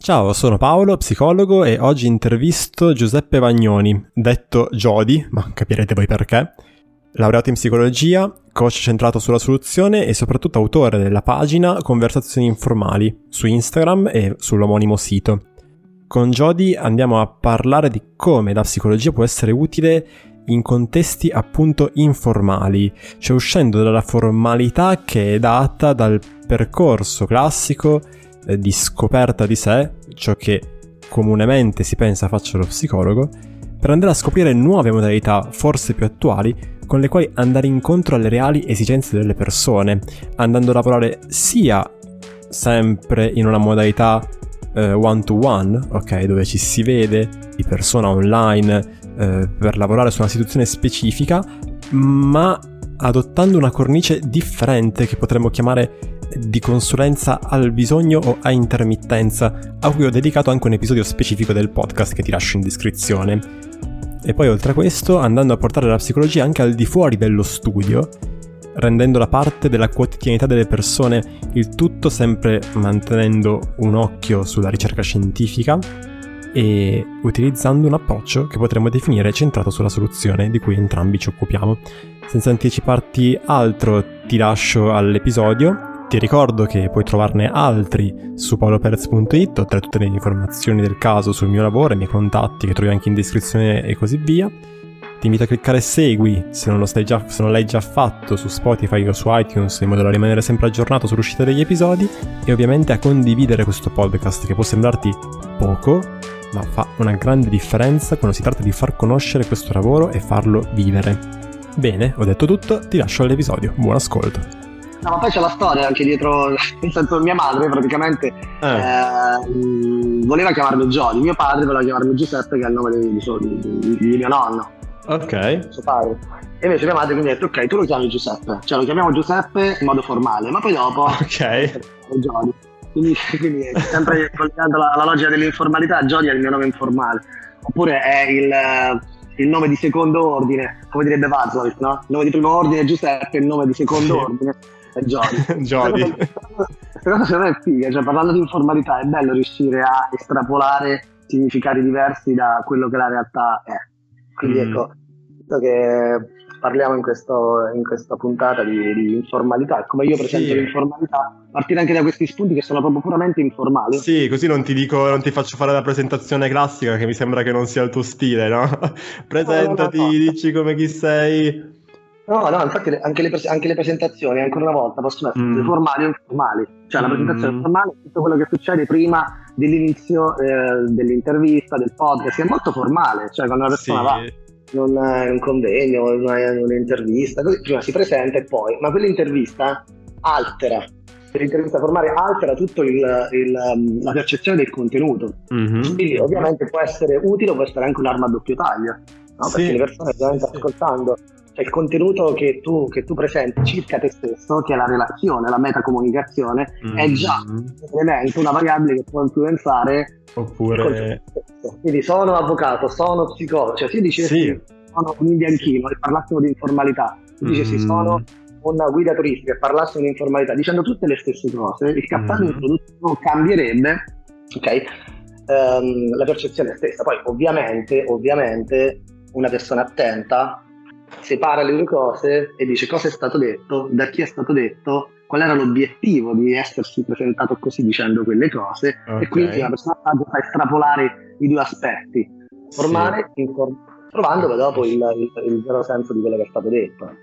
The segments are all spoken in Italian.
Ciao, sono Paolo, psicologo, e oggi intervisto Giuseppe Vagnoni, detto Jody, ma capirete voi perché. Laureato in psicologia, coach centrato sulla soluzione e soprattutto autore della pagina Conversazioni Informali su Instagram e sull'omonimo sito. Con Jody andiamo a parlare di come la psicologia può essere utile in contesti appunto informali, cioè uscendo dalla formalità che è data dal percorso classico di scoperta di sé, ciò che comunemente si pensa faccia lo psicologo, per andare a scoprire nuove modalità, forse più attuali, con le quali andare incontro alle reali esigenze delle persone, andando a lavorare sia sempre in una modalità one to one, ok, dove ci si vede di persona online per lavorare su una situazione specifica, ma adottando una cornice differente che potremmo chiamare di consulenza al bisogno o a intermittenza, a cui ho dedicato anche un episodio specifico del podcast che ti lascio in descrizione. E poi oltre a questo andando a portare la psicologia anche al di fuori dello studio, rendendola parte della quotidianità delle persone, il tutto sempre mantenendo un occhio sulla ricerca scientifica e utilizzando un approccio che potremmo definire centrato sulla soluzione, di cui entrambi ci occupiamo. Senza anticiparti altro, ti lascio all'episodio. Ti ricordo che puoi trovarne altri su paoloperez.it, oltre a tutte le informazioni del caso sul mio lavoro e i miei contatti che trovi anche in descrizione e così via. Ti invito a cliccare segui se non l'hai già fatto su Spotify o su iTunes, in modo da rimanere sempre aggiornato sull'uscita degli episodi, e ovviamente a condividere questo podcast, che può sembrarti poco, ma fa una grande differenza quando si tratta di far conoscere questo lavoro e farlo vivere. Bene, ho detto tutto, ti lascio all'episodio. Buon ascolto. No, ma poi c'è la storia anche dietro, nel senso, mia madre praticamente voleva chiamarmi Jody, mio padre voleva chiamarmi Giuseppe, che è il nome di mio nonno. Ok. Suo padre. E invece mia madre quindi ha detto: ok, tu lo chiami Giuseppe, cioè lo chiamiamo Giuseppe in modo formale, ma poi dopo Jody. Quindi sempre collegando la logica dell'informalità, Jody è il mio nome informale, oppure è il nome di secondo ordine, come direbbe Wadsworth, no? Il nome di primo ordine è Giuseppe, il nome di secondo ordine è Jody. Jody. Questa cosa secondo me è figa, cioè parlando di informalità è bello riuscire a estrapolare significati diversi da quello che la realtà è. Quindi ecco, che parliamo in questa puntata di informalità, come io presento l'informalità, partire anche da questi spunti che sono proprio puramente informali. Sì, così non ti faccio fare la presentazione classica, che mi sembra che non sia il tuo stile, no? Presentati, no. Dici come chi sei. No, infatti anche le presentazioni, ancora una volta, possono essere formali o informali. Cioè la presentazione formale è tutto quello che succede prima dell'inizio dell'intervista, del podcast, che è molto formale, cioè quando una persona va in un convegno, in un'intervista, così prima si presenta e poi, ma quell'intervista altera. L'intervista formale altera tutto la percezione del contenuto. Quindi ovviamente può essere utile, può essere anche un'arma a doppio taglio, no? Perché le persone ovviamente ascoltando, cioè il contenuto che tu presenti circa te stesso, che è la relazione, la metacomunicazione, è già un elemento, una variabile che può influenzare. Oppure quindi sono avvocato, sono psicologo, cioè se io dicessi sono un indianchino e parlassimo di informalità, tu dicessi sono una guida turistica e parlassimo di informalità, dicendo tutte le stesse cose, il cappello introduttivo cambierebbe, ok? La percezione stessa. Poi ovviamente una persona attenta separa le due cose e dice cosa è stato detto, da chi è stato detto, qual era l'obiettivo di essersi presentato così dicendo quelle cose, e quindi una persona fa estrapolare i due aspetti, formale, trovando poi dopo il vero senso di quello che è stato detto.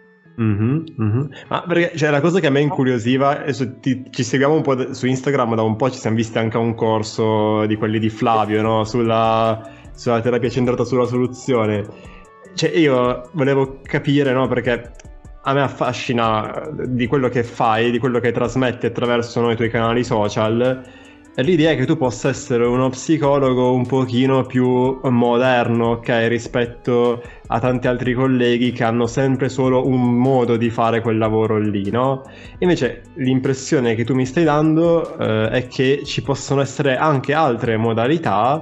Ma perché cioè, la cosa che a me incuriosiva, ci seguiamo un po' su Instagram da un po', ci siamo visti anche a un corso di quelli di Flavio, no? sulla terapia centrata sulla soluzione. Cioè io volevo capire, no, perché a me affascina di quello che fai, di quello che trasmetti attraverso i tuoi canali social, l'idea è che tu possa essere uno psicologo un pochino più moderno, ok, rispetto a tanti altri colleghi che hanno sempre solo un modo di fare quel lavoro lì, no? Invece l'impressione che tu mi stai dando è che ci possono essere anche altre modalità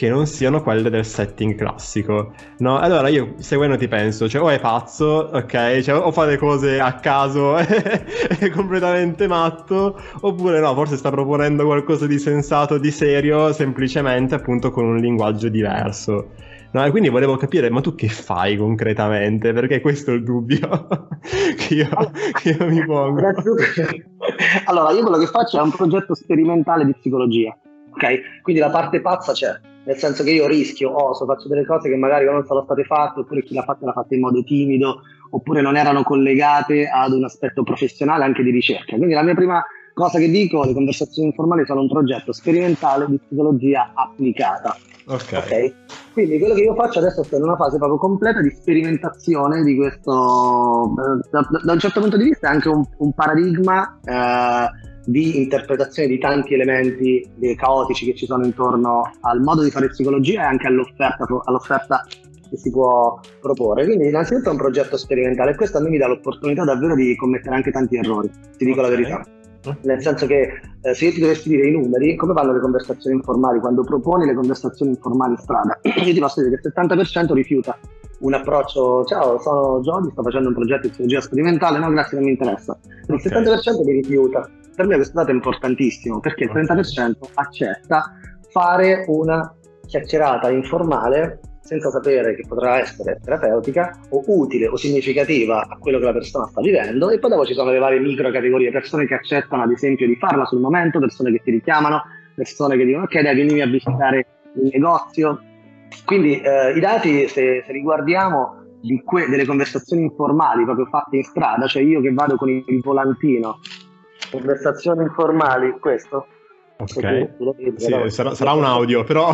che non siano quelle del setting classico, no? Allora io seguendo ti penso, cioè o è pazzo, ok, cioè, o fa le cose a caso è completamente matto, oppure no, forse sta proponendo qualcosa di sensato, di serio, semplicemente appunto con un linguaggio diverso. No, e quindi volevo capire, ma tu che fai concretamente? Perché questo è il dubbio che io mi pongo. Allora, io quello che faccio è un progetto sperimentale di psicologia, ok? Quindi la parte pazza c'è, nel senso che io rischio, oso, faccio delle cose che magari non sono state fatte, oppure chi l'ha fatta in modo timido, oppure non erano collegate ad un aspetto professionale anche di ricerca. Quindi la mia prima cosa che dico, le conversazioni informali sono un progetto sperimentale di psicologia applicata. Ok? Quindi quello che io faccio adesso è in una fase proprio completa di sperimentazione di questo, da un certo punto di vista è anche un paradigma di interpretazione di tanti elementi caotici che ci sono intorno al modo di fare psicologia e anche all'offerta che si può proporre. Quindi innanzitutto è un progetto sperimentale e questo a me mi dà l'opportunità davvero di commettere anche tanti errori, ti dico la verità. Nel senso che se io ti dovessi dire i numeri, come vanno le conversazioni informali quando proponi le conversazioni informali in strada, io ti posso dire che il 70% rifiuta un approccio, ciao sono Jody, sto facendo un progetto di psicologia sperimentale, no grazie non mi interessa, il 70% li rifiuta. Per me questo dato è importantissimo perché il 30% accetta fare una chiacchierata informale senza sapere che potrà essere terapeutica o utile o significativa a quello che la persona sta vivendo, e poi dopo ci sono le varie micro categorie, persone che accettano ad esempio di farla sul momento, persone che ti richiamano, persone che dicono ok dai vienimi a visitare il negozio. Quindi i dati se li guardiamo delle conversazioni informali proprio fatte in strada, cioè io che vado con il volantino, conversazioni informali, questo ok, sì, sarà un audio, però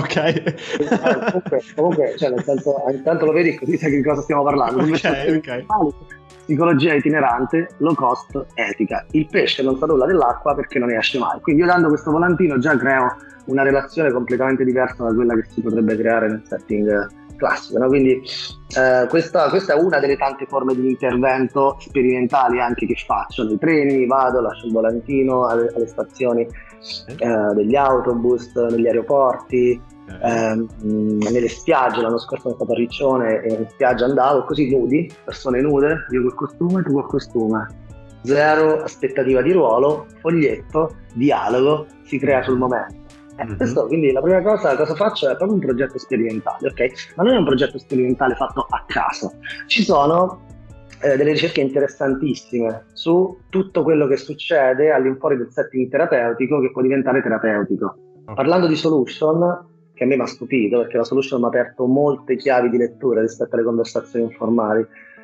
ok. Comunque, cioè nel senso, intanto lo vedi così sai di cosa stiamo parlando. Ok. Psicologia itinerante, low cost, etica. Il pesce non sa nulla dell'acqua perché non ne esce mai. Quindi io dando questo volantino già creo una relazione completamente diversa da quella che si potrebbe creare nel setting classico, no? Quindi questa è una delle tante forme di intervento sperimentali anche che faccio nei treni, vado, lascio il volantino alle stazioni degli autobus, negli aeroporti, nelle spiagge. L'anno scorso sono stato a Riccione e in spiaggia andavo così nudi, persone nude, io col costume, tu col costume, zero aspettativa di ruolo, foglietto, dialogo, si crea sul momento. Questo, quindi la prima cosa faccio è proprio un progetto sperimentale, ok? Ma non è un progetto sperimentale fatto a caso, ci sono delle ricerche interessantissime su tutto quello che succede all'infuori del setting terapeutico che può diventare terapeutico. Parlando di solution, che a me mi ha stupito perché la solution mi ha aperto molte chiavi di lettura rispetto alle conversazioni informali,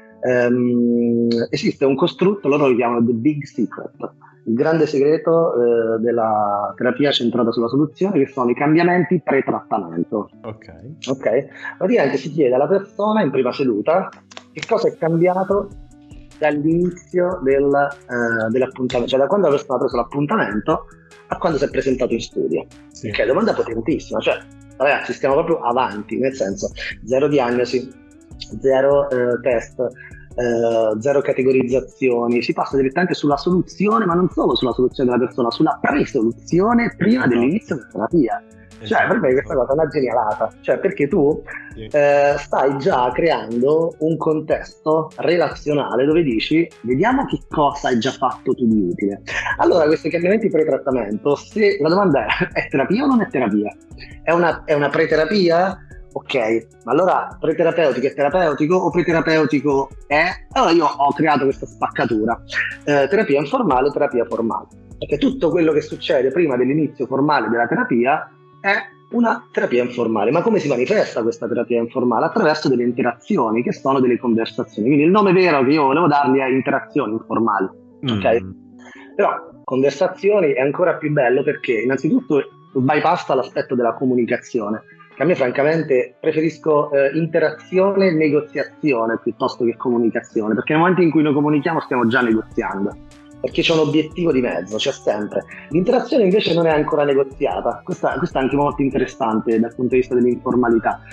esiste un costrutto, loro lo chiamano The Big Secret, il grande segreto della terapia centrata sulla soluzione, che sono i cambiamenti pre-trattamento. Ok? Praticamente si chiede alla persona in prima seduta che cosa è cambiato dall'inizio dell'appuntamento, cioè da quando la persona ha preso l'appuntamento a quando si è presentato in studio. Sì. Ok, domanda potentissima, cioè ragazzi stiamo proprio avanti, nel senso zero diagnosi, zero test, zero categorizzazioni, si passa direttamente sulla soluzione, ma non solo sulla soluzione della persona, sulla pre-soluzione prima dell'inizio della terapia. Cioè per me questa cosa è una genialata, cioè perché tu stai già creando un contesto relazionale dove dici vediamo che cosa hai già fatto tu di utile. Allora questi cambiamenti pre-trattamento, se la domanda è terapia o non è terapia? È una pre-terapia? Ok, ma allora preterapeutico è terapeutico o preterapeutico è? Allora io ho creato questa spaccatura, terapia informale, terapia formale, perché tutto quello che succede prima dell'inizio formale della terapia è una terapia informale. Ma come si manifesta questa terapia informale? Attraverso delle interazioni che sono delle conversazioni. Quindi il nome vero che io volevo dargli è interazioni informali, ok? Però conversazioni è ancora più bello perché innanzitutto bypassa l'aspetto della comunicazione, che a me francamente preferisco interazione e negoziazione piuttosto che comunicazione, perché nel momento in cui noi comunichiamo stiamo già negoziando, perché c'è un obiettivo di mezzo, c'è sempre. L'interazione invece non è ancora negoziata, questa è anche molto interessante dal punto di vista dell'informalità.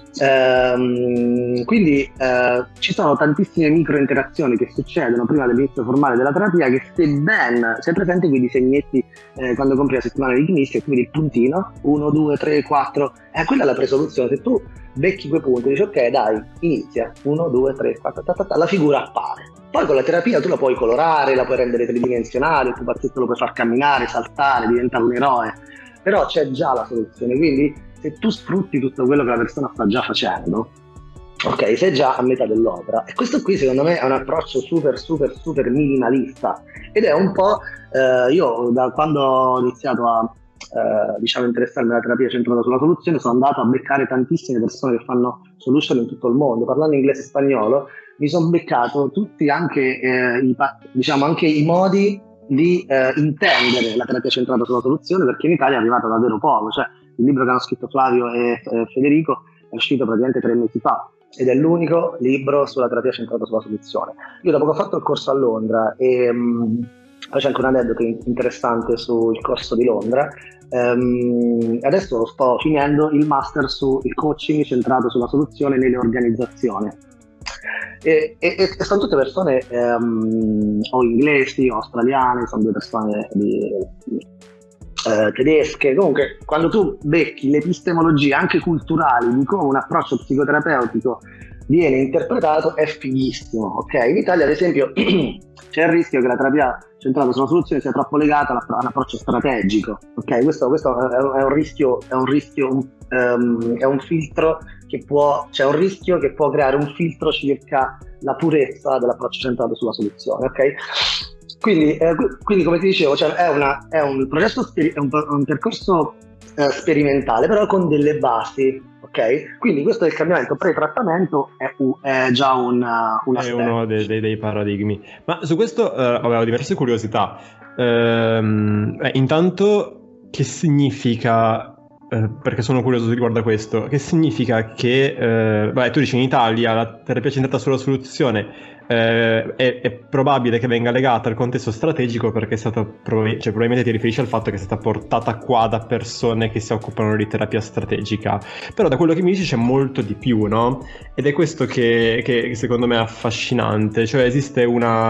Quindi ci sono tantissime micro interazioni che succedono prima dell'inizio formale della terapia, che sei presente quei disegnetti quando compri la settimana di Kniss e tu vedi il puntino 1, 2, 3, 4, quella è la presoluzione. Se tu becchi quei punti, dici ok dai, inizia 1, 2, 3, 4, la figura appare. Poi con la terapia tu la puoi colorare, la puoi rendere tridimensionale, il tuo paziente lo puoi far camminare, saltare, diventare un eroe, però c'è già la soluzione. Quindi se tu sfrutti tutto quello che la persona sta già facendo, ok, sei già a metà dell'opera. E questo qui secondo me è un approccio super minimalista, ed è un po' io da quando ho iniziato a interessarmi alla terapia centrata sulla soluzione, sono andato a beccare tantissime persone che fanno solution in tutto il mondo. Parlando inglese e spagnolo mi sono beccato tutti anche anche i modi di intendere la terapia centrata sulla soluzione, perché in Italia è arrivata davvero poco. Cioè, il libro che hanno scritto Flavio e Federico è uscito praticamente 3 mesi fa ed è l'unico libro sulla terapia centrata sulla soluzione. Io dopo che ho fatto il corso a Londra e poi c'è anche un aneddoto interessante sul corso di Londra, adesso sto finendo il master sul coaching centrato sulla soluzione nelle organizzazioni. E sono tutte persone o inglesi o australiane, sono 2 persone tedesche. Comunque, quando tu becchi l'epistemologia anche culturali di come un approccio psicoterapeutico viene interpretato, è fighissimo. Ok, in Italia ad esempio c'è il rischio che la terapia centrata sulla soluzione sia troppo legata a un approccio strategico. Ok, questo è un rischio, è un filtro che c'è un rischio che può creare un filtro circa la dell'approccio centrato sulla soluzione. Ok, quindi come ti dicevo, cioè è un processo, è un percorso sperimentale, però con delle basi. Ok, quindi questo del cambiamento pre-trattamento è già un è uno dei paradigmi. Ma su questo ho diverse curiosità. Intanto, che significa, perché sono curioso riguardo a questo, che significa che tu dici in Italia la terapia centrata sulla soluzione è probabile che venga legata al contesto strategico, perché è stato probabilmente ti riferisci al fatto che è stata portata qua da persone che si occupano di terapia strategica. Però da quello che mi dici c'è molto di più, no? Ed è questo che secondo me è affascinante. Cioè esiste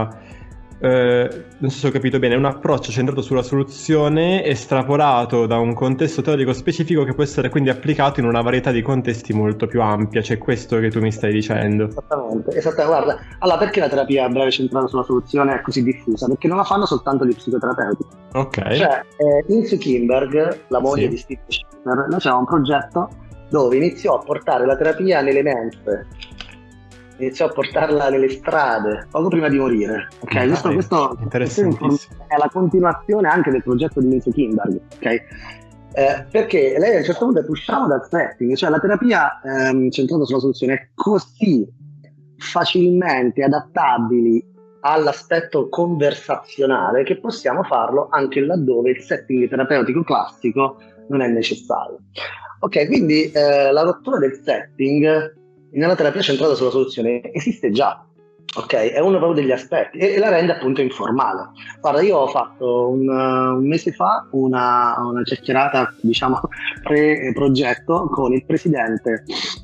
non so se ho capito bene, un approccio centrato sulla soluzione estrapolato da un contesto teorico specifico che può essere quindi applicato in una varietà di contesti molto più ampia. Cioè questo che tu mi stai dicendo. Esattamente. Guarda, allora perché la terapia breve centrata sulla soluzione è così diffusa? Perché non la fanno soltanto gli psicoterapeuti. Ok. Cioè Insu Kimberg, la moglie di Steve Schaeffer, faceva un progetto dove iniziò a portare la terapia nelle mense, iniziò a portarla nelle strade poco prima di morire. Ok, questo è la continuazione anche del progetto di Insu Kimberg. Ok, perché lei a un certo punto è pushata dal setting, cioè la terapia centrata sulla soluzione è così facilmente adattabili all'aspetto conversazionale che possiamo farlo anche laddove il setting terapeutico classico non è necessario. Ok, quindi la rottura del setting nella terapia centrata sulla soluzione esiste già. Ok, è uno proprio degli aspetti e la rende appunto informale. Guarda, io ho fatto un mese fa una chiacchierata, diciamo, pre-progetto con il presidente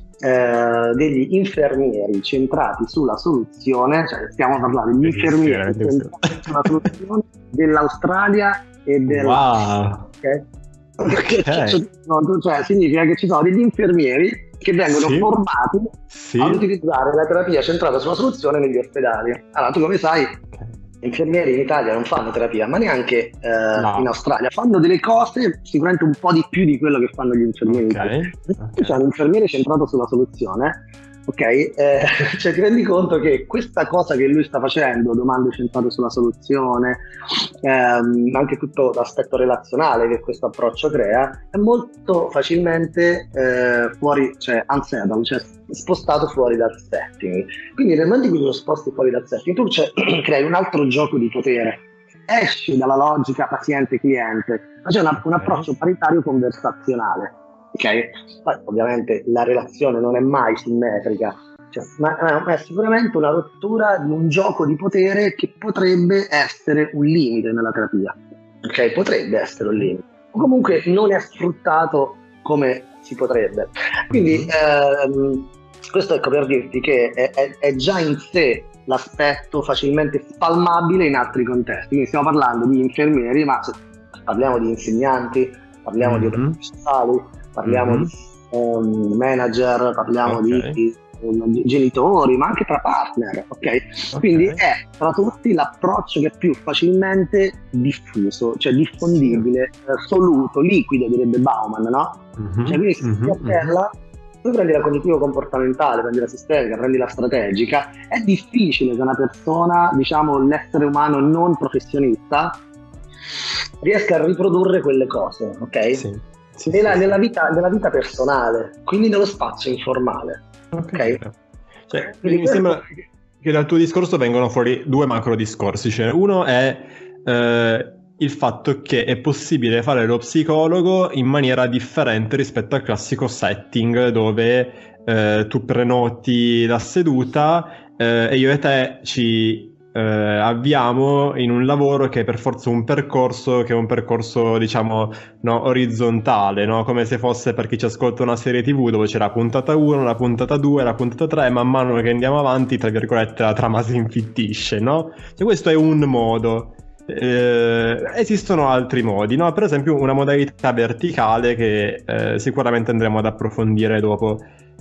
degli infermieri centrati sulla soluzione, cioè stiamo parlando degli infermieri centrati sulla soluzione dell'Australia e Wow. Okay? Cioè, significa che ci sono degli infermieri che vengono formati ad utilizzare la terapia centrata sulla soluzione negli ospedali. Allora, tu come sai, gli infermieri in Italia non fanno terapia, ma neanche in Australia. Fanno delle cose sicuramente un po' di più di quello che fanno gli infermieri. C'è un infermiere centrato sulla soluzione. Ok, cioè ti rendi conto che questa cosa che lui sta facendo, domande centrate sulla soluzione, anche tutto l'aspetto relazionale che questo approccio crea, è molto facilmente fuori, cioè unsettled, cioè spostato fuori dal setting. Quindi nel momento in cui lo sposti fuori dal setting, tu crei un altro gioco di potere, esci dalla logica paziente-cliente, ma c'è un approccio paritario conversazionale. Okay? Poi ovviamente la relazione non è mai simmetrica, cioè, ma è sicuramente una rottura di un gioco di potere che potrebbe essere un limite nella terapia. Ok, potrebbe essere un limite, o comunque non è sfruttato come si potrebbe. Quindi questo ecco per dirti che è già in sé l'aspetto facilmente spalmabile in altri contesti. Quindi stiamo parlando di infermieri, ma parliamo di insegnanti, parliamo di operatori sociali, parliamo di manager, parliamo di genitori, ma anche tra partner, ok? Quindi è tra tutti l'approccio che è più facilmente diffuso, cioè diffondibile, soluto, liquido, direbbe Bauman, no? Cioè quindi se si appella, tu prendi la cognitivo-comportamentale, prendi la sistemica, prendi la strategica, è difficile che una persona, diciamo l'essere umano non professionista, riesca a riprodurre quelle cose, ok? Nella vita personale, quindi nello spazio informale. Ok? Cioè, mi sembra che dal tuo discorso vengono fuori due macro discorsi. Cioè, uno è il fatto che è possibile fare lo psicologo in maniera differente rispetto al classico setting dove tu prenoti la seduta e io e te ci avviamo in un lavoro che è per forza un percorso che è un percorso, diciamo, no, orizzontale, no? Come se fosse, per chi ci ascolta, una serie TV dove c'è la puntata 1, la puntata 2, la puntata 3 e man mano che andiamo avanti, tra virgolette, la trama si infittisce, no? Cioè, questo è un modo. Esistono altri modi, no? Per esempio una modalità verticale che sicuramente andremo ad approfondire dopo.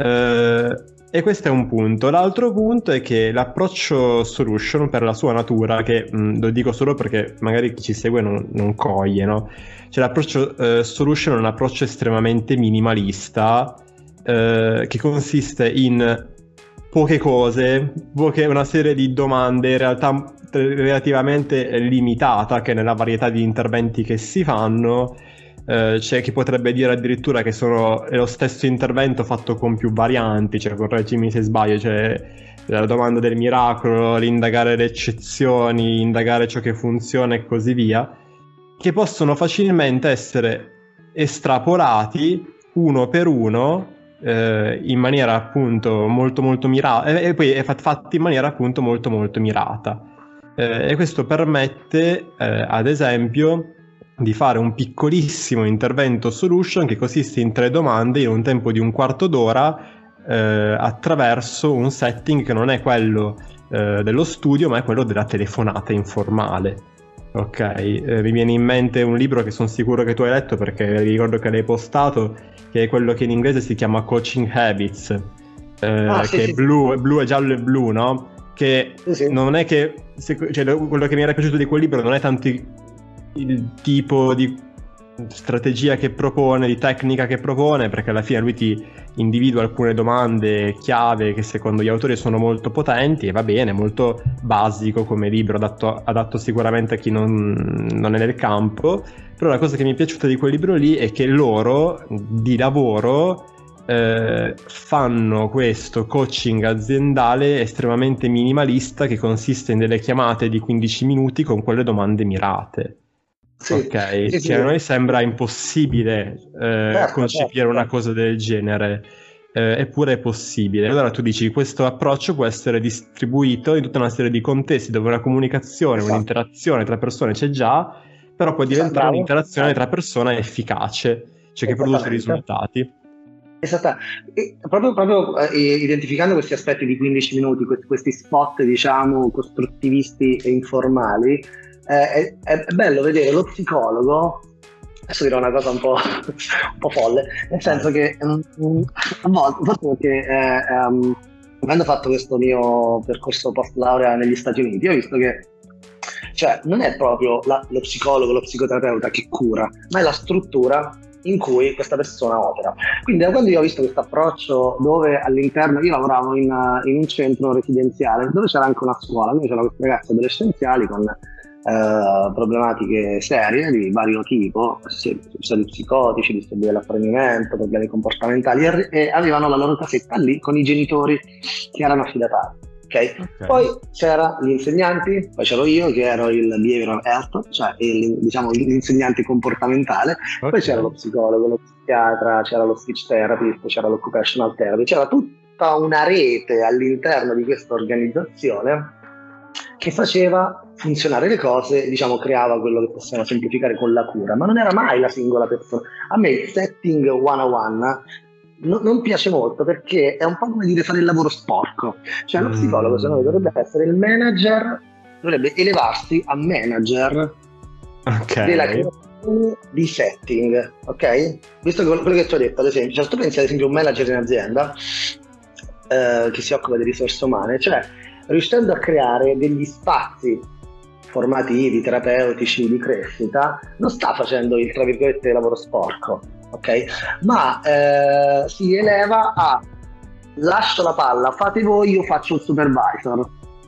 E questo è un punto. L'altro punto è che l'approccio solution, per la sua natura, che lo dico solo perché magari chi ci segue non coglie, no? Cioè l'approccio solution è un approccio estremamente minimalista che consiste in poche cose, una serie di domande in realtà relativamente limitata, che nella varietà di interventi che si fanno. C'è chi potrebbe dire addirittura che è lo stesso intervento fatto con più varianti, cioè correggimi se sbaglio, cioè la domanda del miracolo, l'indagare le eccezioni, indagare ciò che funziona e così via, che possono facilmente essere estrapolati uno per uno in maniera appunto molto molto mirata e poi fatti in maniera appunto molto molto mirata, e questo permette ad esempio di fare un piccolissimo intervento solution che consiste in 3 domande in un tempo di un quarto d'ora attraverso un setting che non è quello dello studio, ma è quello della telefonata informale. Ok, mi viene in mente un libro che sono sicuro che tu hai letto perché ricordo che l'hai postato, che è quello che in inglese si chiama Coaching Habits, che è blu, è giallo e blu, no? Che non è che quello che mi era piaciuto di quel libro non è tanto il tipo di strategia che propone, di tecnica che propone, perché alla fine lui ti individua alcune domande chiave che secondo gli autori sono molto potenti e va bene, molto basico come libro, adatto sicuramente a chi non è nel campo. Però la cosa che mi è piaciuta di quel libro lì è che loro di lavoro fanno questo coaching aziendale estremamente minimalista che consiste in delle chiamate di 15 minuti con quelle domande mirate. Che a noi sembra impossibile concepire una cosa del genere, eppure è possibile. Allora tu dici questo approccio può essere distribuito in tutta una serie di contesti dove una comunicazione, un'interazione tra persone c'è già, però può diventare un'interazione tra persone efficace, cioè che produce risultati. Esatto, e proprio identificando questi aspetti di 15 minuti, questi spot diciamo costruttivisti e informali, è bello vedere lo psicologo. Adesso dirò una cosa un po' folle, nel senso che a volte, forse perché avendo fatto questo mio percorso post laurea negli Stati Uniti, ho visto che cioè non è proprio lo psicologo, lo psicoterapeuta che cura, ma è la struttura in cui questa persona opera. Quindi da quando io ho visto questo approccio dove all'interno, io lavoravo in un centro residenziale dove c'era anche una scuola, quindi c'erano questi ragazzi adolescenziali con problematiche serie di vario tipo, episodi psicotici, disturbi dell'apprendimento, problemi comportamentali, e avevano la loro casetta lì con i genitori che erano affidatari. Okay. Poi c'era gli insegnanti, poi c'ero io che ero il behavioral health, cioè l'insegnante comportamentale, poi c'era lo psicologo, lo psichiatra, c'era lo speech therapist, c'era l'occupational therapy, c'era tutta una rete all'interno di questa organizzazione che faceva funzionare le cose, diciamo creava quello che possiamo semplificare con la cura, ma non era mai la singola persona. A me il setting one-on-one non piace molto perché è un po' come dire fare il lavoro sporco. Cioè lo psicologo secondo me dovrebbe essere il manager, dovrebbe elevarsi a manager della creazione di setting, ok? Visto che quello che ti ho detto, ad esempio, cioè, tu pensi ad esempio a un manager in azienda che si occupa di risorse umane, cioè riuscendo a creare degli spazi formativi, terapeutici, di crescita, non sta facendo il, tra virgolette, lavoro sporco, ok? Ma si eleva a lascio la palla, fate voi, io faccio il supervisor,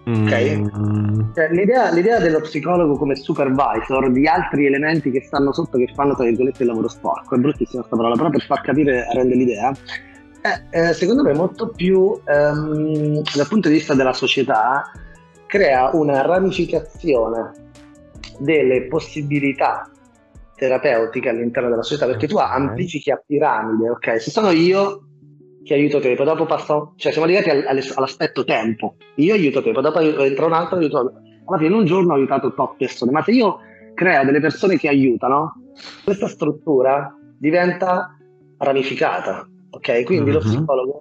ok? Cioè, l'idea dello psicologo come supervisor di altri elementi che stanno sotto, che fanno tra virgolette il lavoro sporco, è bruttissima questa parola, però per far capire, rende l'idea, secondo me molto più dal punto di vista della società crea una ramificazione delle possibilità terapeutiche all'interno della società, perché tu amplifichi a piramide, ok? Se sono io che aiuto te, poi dopo passo, cioè siamo arrivati all'aspetto tempo, io aiuto te, poi dopo entra un altro, aiuto, alla fine in un giorno ho aiutato top persone, ma se io creo delle persone che aiutano, questa struttura diventa ramificata, ok? Quindi lo psicologo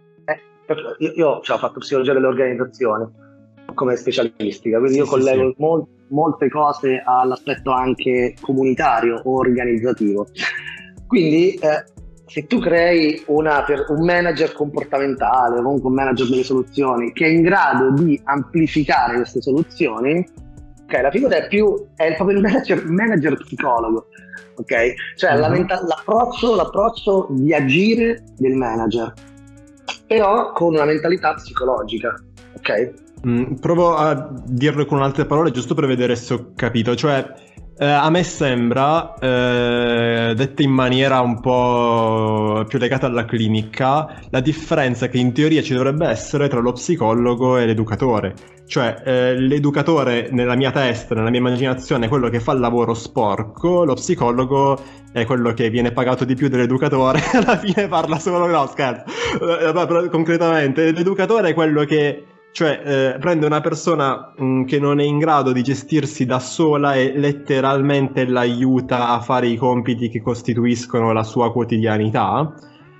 io ho fatto psicologia delle organizzazioni come specialistica, quindi io collego molte cose all'aspetto anche comunitario o organizzativo. Quindi se tu crei un manager comportamentale o comunque un manager delle soluzioni che è in grado di amplificare queste soluzioni, ok, la figura è proprio il manager psicologo, ok? Cioè l'approccio di agire del manager, però con una mentalità psicologica, ok? Provo a dirlo con altre parole giusto per vedere se ho capito, cioè a me sembra, detta in maniera un po' più legata alla clinica, la differenza che in teoria ci dovrebbe essere tra lo psicologo e l'educatore. Cioè l'educatore nella mia testa, nella mia immaginazione è quello che fa il lavoro sporco, lo psicologo è quello che viene pagato di più dell'educatore, alla fine parla solo, no scherzo, però concretamente l'educatore è quello che prende una persona che non è in grado di gestirsi da sola e letteralmente l'aiuta a fare i compiti che costituiscono la sua quotidianità,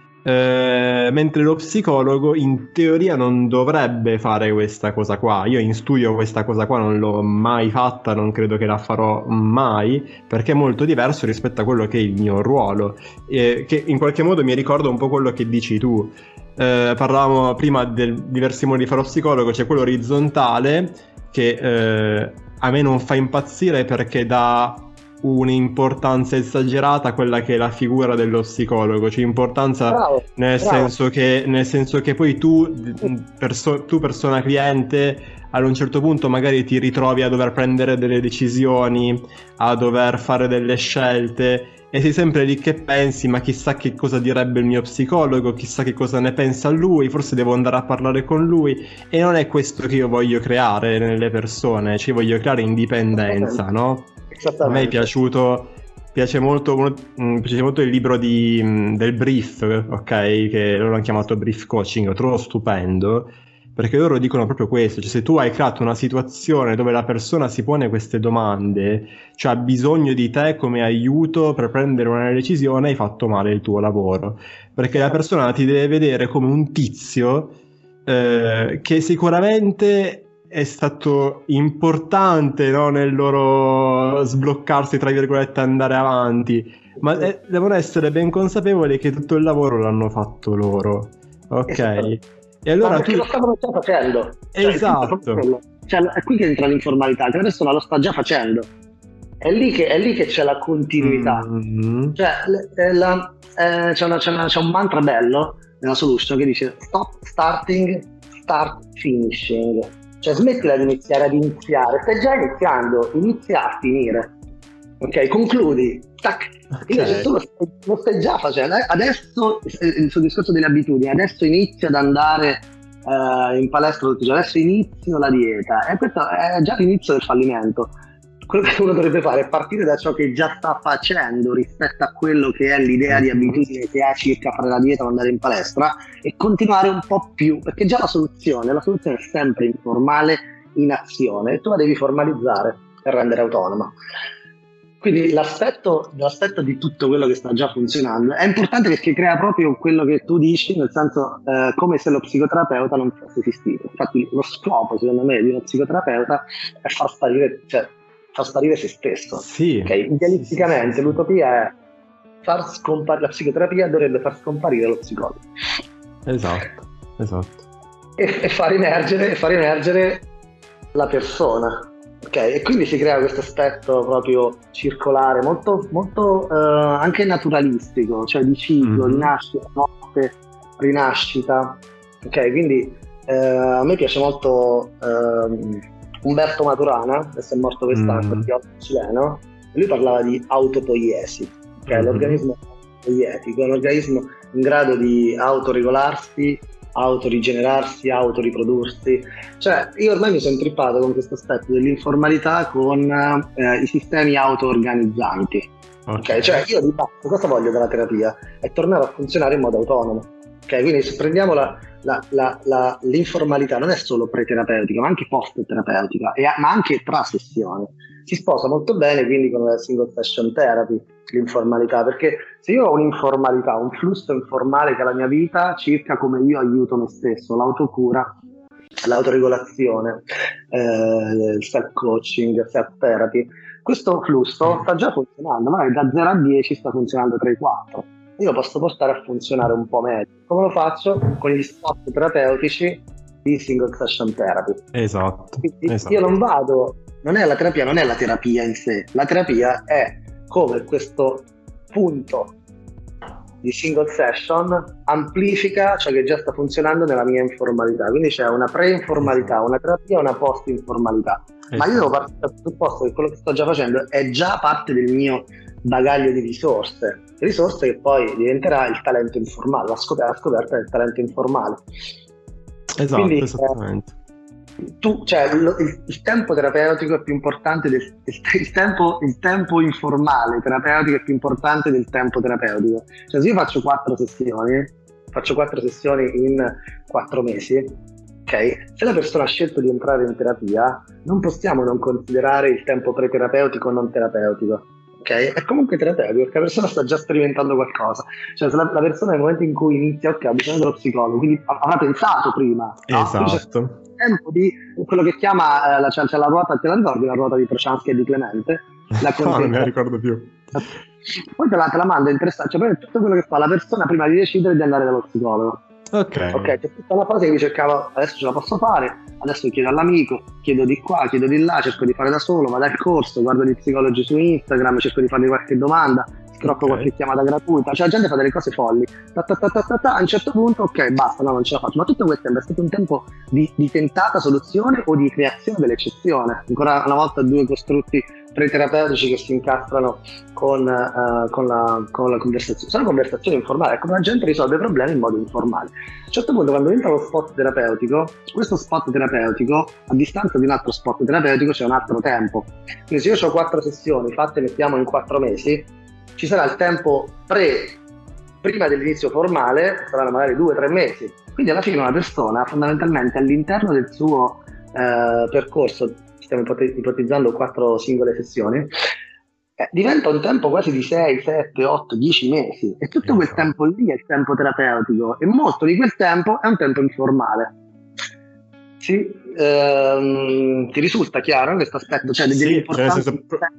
mentre lo psicologo in teoria non dovrebbe fare questa cosa qua. Io in studio questa cosa qua non l'ho mai fatta, non credo che la farò mai, perché è molto diverso rispetto a quello che è il mio ruolo, che in qualche modo mi ricorda un po' quello che dici tu. Parlavamo prima del diversi modi di fare lo psicologo, c'è quello orizzontale che a me non fa impazzire perché dà un'importanza esagerata a quella che è la figura dello psicologo, c'è importanza nel senso che poi tu persona cliente ad un certo punto magari ti ritrovi a dover prendere delle decisioni, a dover fare delle scelte e sei sempre lì che pensi, ma chissà che cosa direbbe il mio psicologo, chissà che cosa ne pensa lui, forse devo andare a parlare con lui, e non è questo che io voglio creare nelle persone, ci voglio creare indipendenza, no? A me piace molto il libro del brief, ok, che loro hanno chiamato brief coaching, lo trovo stupendo, perché loro dicono proprio questo, cioè se tu hai creato una situazione dove la persona si pone queste domande, cioè ha bisogno di te come aiuto per prendere una decisione, hai fatto male il tuo lavoro, perché la persona ti deve vedere come un tizio che sicuramente è stato importante, no, nel loro sbloccarsi, tra virgolette, andare avanti, ma devono essere ben consapevoli che tutto il lavoro l'hanno fatto loro, ok? E allora perché lo stavano già facendo. Esatto. Cioè, è qui che entra l'informalità, che la persona lo sta già facendo. È lì che c'è la continuità. Cioè, c'è un mantra bello nella solution che dice stop starting, start finishing. Cioè smettila di iniziare ad iniziare, stai già iniziando, inizia a finire. Ok, concludi, tac. Invece tu lo stai già facendo. Adesso sul discorso delle abitudini, adesso inizio ad andare in palestra tutti i giorni, adesso inizio la dieta, e questo è già l'inizio del fallimento. Quello che uno dovrebbe fare è partire da ciò che già sta facendo rispetto a quello che è l'idea di abitudine che ha circa fare la dieta o andare in palestra, e continuare un po' più, perché già la soluzione è sempre informale, in azione, e tu la devi formalizzare per rendere autonoma. Quindi l'aspetto di tutto quello che sta già funzionando è importante perché crea proprio quello che tu dici, nel senso come se lo psicoterapeuta non fosse esistito. Infatti lo scopo, secondo me, di uno psicoterapeuta è far sparire se stesso. Sì. Okay? Idealisticamente l'utopia è la psicoterapia dovrebbe far scomparire lo psicologo. Esatto. E far emergere la persona. Ok, e quindi si crea questo aspetto proprio circolare, molto, molto anche naturalistico, cioè di ciclo, di nascita, morte, rinascita. Ok, quindi a me piace molto Umberto Maturana, adesso è morto quest'anno, cileno, e lui parlava di autopoiesi, che è l'organismo poietico, è un organismo in grado di autoregolarsi, autorigenerarsi, autoriprodursi. Cioè io ormai mi sono trippato con questo aspetto dell'informalità con i sistemi auto-organizzanti. Okay? Cioè io di fatto cosa voglio dalla terapia? È tornare a funzionare in modo autonomo. Okay? Quindi se prendiamo l'informalità, non è solo pre-terapeutica ma anche post-terapeutica, ma anche tra sessione. Si sposa molto bene quindi con la single session therapy, l'informalità, perché se io ho un'informalità, un flusso informale che è la mia vita, circa come io aiuto me stesso, l'autocura, l'autoregolazione, il self-coaching, self-therapy, questo flusso sta già funzionando, magari da 0 a 10 sta funzionando 3-4. Io lo posso portare a funzionare un po' meglio. Come lo faccio? Con gli spot terapeutici di single session therapy. Esatto. Io non vado... non è la terapia in sé, la terapia è come questo punto di single session amplifica ciò che già sta funzionando nella mia informalità, quindi c'è una pre-informalità, una terapia e una post-informalità, ma io devo partire dal presupposto che quello che sto già facendo è già parte del mio bagaglio di risorse che poi diventerà il talento informale, la scoperta del talento informale. Esatto, quindi, esattamente. Il tempo terapeutico è più importante il tempo informale terapeutico è più importante del tempo terapeutico. Cioè se io faccio 4 sessioni in 4 mesi, ok? Se la persona ha scelto di entrare in terapia, non possiamo non considerare il tempo pre-terapeutico o non terapeutico. Okay? È comunque terapeutico perché la persona sta già sperimentando qualcosa. Cioè se la persona nel momento in cui inizia, ok, ha bisogno dello psicologo, quindi avrà pensato prima, no? Esatto. Tempo di quello che chiama c'è la ruota, te la ricordi la ruota di Prochansky e di Clemente? No, non me la ricordo più. Poi te la mando interessante, cioè poi tutto quello che fa la persona prima di decidere di andare dallo psicologo. Ok, c'è tutta la fase che mi cercavo, adesso ce la posso fare, adesso chiedo all'amico, chiedo di qua, chiedo di là, cerco di fare da solo, vado al corso, guardo gli psicologi su Instagram, cerco di fargli qualche domanda, scrocco qualche chiamata gratuita, cioè la gente fa delle cose folli, a un certo punto ok basta, no, non ce la faccio, ma tutto questo è stato un tempo di tentata soluzione o di creazione dell'eccezione, ancora una volta 2 costrutti pre-terapeutici che si incastrano con la conversazione. Sono conversazioni informali, è come la gente risolve problemi in modo informale. A un certo punto quando entra lo spot terapeutico, questo spot terapeutico a distanza di un altro spot terapeutico c'è un altro tempo, quindi se io ho 4 sessioni fatte mettiamo in 4 mesi, ci sarà il tempo prima dell'inizio formale, saranno magari 2-3 mesi, quindi alla fine una persona fondamentalmente all'interno del suo percorso, stiamo ipotizzando 4 singole sessioni, diventa un tempo quasi di 6, 7, 8, 10 mesi e tutto quel tempo lì è il tempo terapeutico e molto di quel tempo è un tempo informale. Sì, ti risulta chiaro questo aspetto? Cioè, sì, nel senso,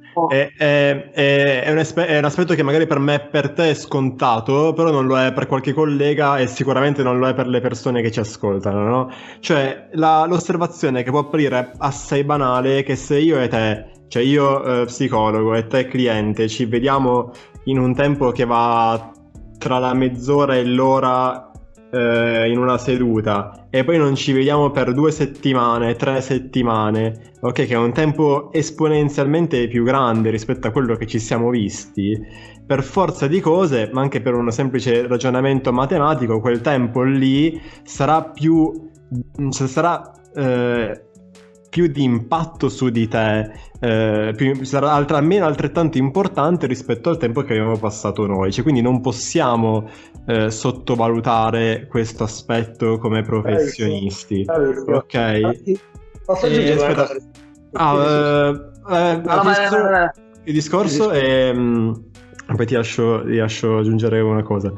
è un aspetto che magari per me, per te è scontato, però non lo è per qualche collega e sicuramente non lo è per le persone che ci ascoltano, no? Cioè, l'osservazione che può apparire assai banale è che se io e te, cioè io psicologo e te cliente, ci vediamo in un tempo che va tra la mezz'ora e l'ora in una seduta e poi non ci vediamo per 2 settimane, 3 settimane, ok, che è un tempo esponenzialmente più grande rispetto a quello che ci siamo visti, per forza di cose, ma anche per un semplice ragionamento matematico, quel tempo lì sarà più di impatto su di te, sarà almeno altrettanto importante rispetto al tempo che abbiamo passato noi, cioè quindi non possiamo sottovalutare questo aspetto come professionisti. Ok, posso aggiungere una cosa? il discorso è... poi ti lascio aggiungere una cosa.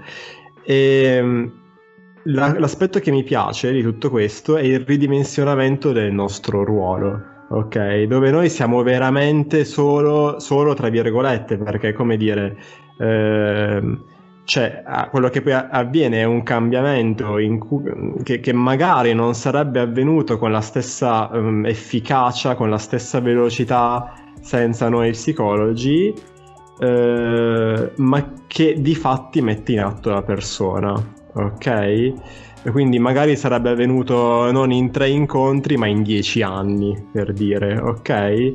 L'aspetto che mi piace di tutto questo è il ridimensionamento del nostro ruolo, ok? Dove noi siamo veramente solo tra virgolette, perché come dire... cioè, quello che poi avviene è un cambiamento che magari non sarebbe avvenuto con la stessa efficacia, con la stessa velocità senza noi psicologi, ma che di fatti mette in atto la persona, ok? E quindi magari sarebbe avvenuto non in 3 incontri ma in 10 anni, per dire, ok?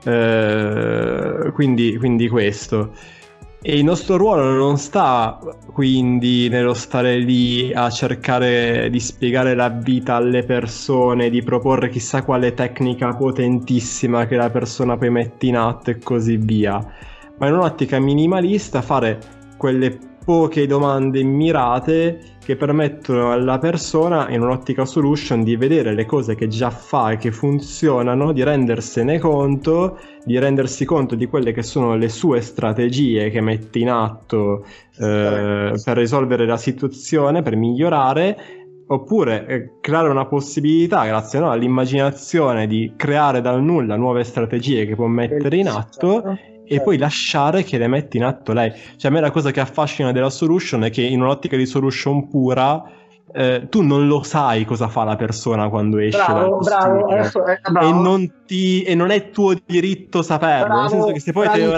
Quindi questo. E il nostro ruolo non sta quindi nello stare lì a cercare di spiegare la vita alle persone, di proporre chissà quale tecnica potentissima che la persona poi mette in atto e così via, ma in un'ottica minimalista fare quelle poche domande mirate che permettono alla persona in un'ottica solution di vedere le cose che già fa e che funzionano, di rendersene conto, di rendersi conto di quelle che sono le sue strategie che mette in atto per risolvere la situazione, per migliorare, oppure creare una possibilità grazie all'immaginazione di creare dal nulla nuove strategie che può mettere in atto e poi lasciare che le metti in atto lei. Cioè, a me la cosa che affascina della solution è che in un'ottica di solution pura tu non lo sai cosa fa la persona quando esce bravo, e non è tuo diritto saperlo, nel senso che se poi te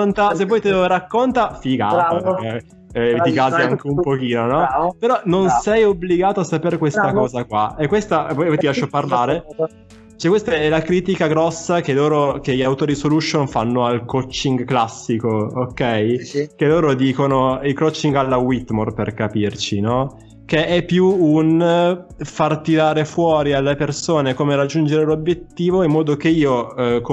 lo racconta figata, perché ti casi anche un pochino, no? Però non sei obbligato a sapere questa cosa qua, e questa poi ti lascio parlare. Cioè, questa è la critica grossa che gli autori solution fanno al coaching classico, ok? Sì. Che loro dicono il coaching alla Whitmore, per capirci, no? Che è più un far tirare fuori alle persone come raggiungere l'obiettivo in modo che io,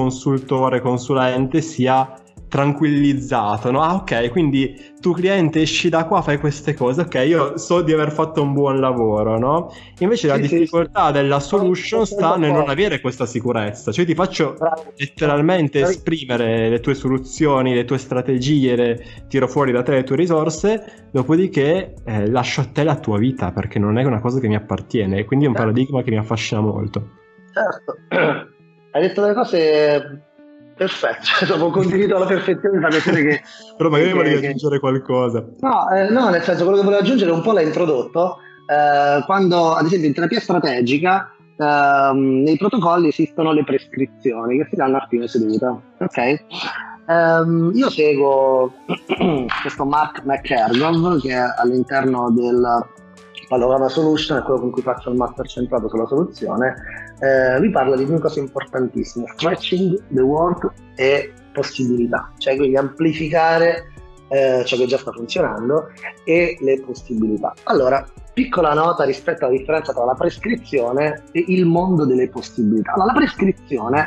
consulente, sia tranquillizzato, no? Ah, ok, quindi tu cliente esci da qua, fai queste cose, ok, io so di aver fatto un buon lavoro, no? Invece la difficoltà della solution sta nel non avere questa sicurezza, cioè ti faccio letteralmente esprimere le tue soluzioni, le tue strategie, tiro fuori da te le tue risorse, dopodiché lascio a te la tua vita, perché non è una cosa che mi appartiene, e quindi è un paradigma che mi affascina molto. Certo, hai detto delle cose perfetto, dopo condivido alla perfezione la questione che però magari volevi aggiungere qualcosa. No, nel senso, quello che volevo aggiungere un po' l'hai introdotto, quando ad esempio in terapia strategica nei protocolli esistono le prescrizioni che si danno a fine seduta, ok? Io seguo questo Mark McErgon, che è all'interno del Panorama Solution, è quello con cui faccio il master centrato sulla soluzione. Vi parla di due cose importantissime: stretching the word e possibilità, cioè quindi amplificare ciò che già sta funzionando e le possibilità. Allora, piccola nota rispetto alla differenza tra la prescrizione e il mondo delle possibilità. Allora, la prescrizione,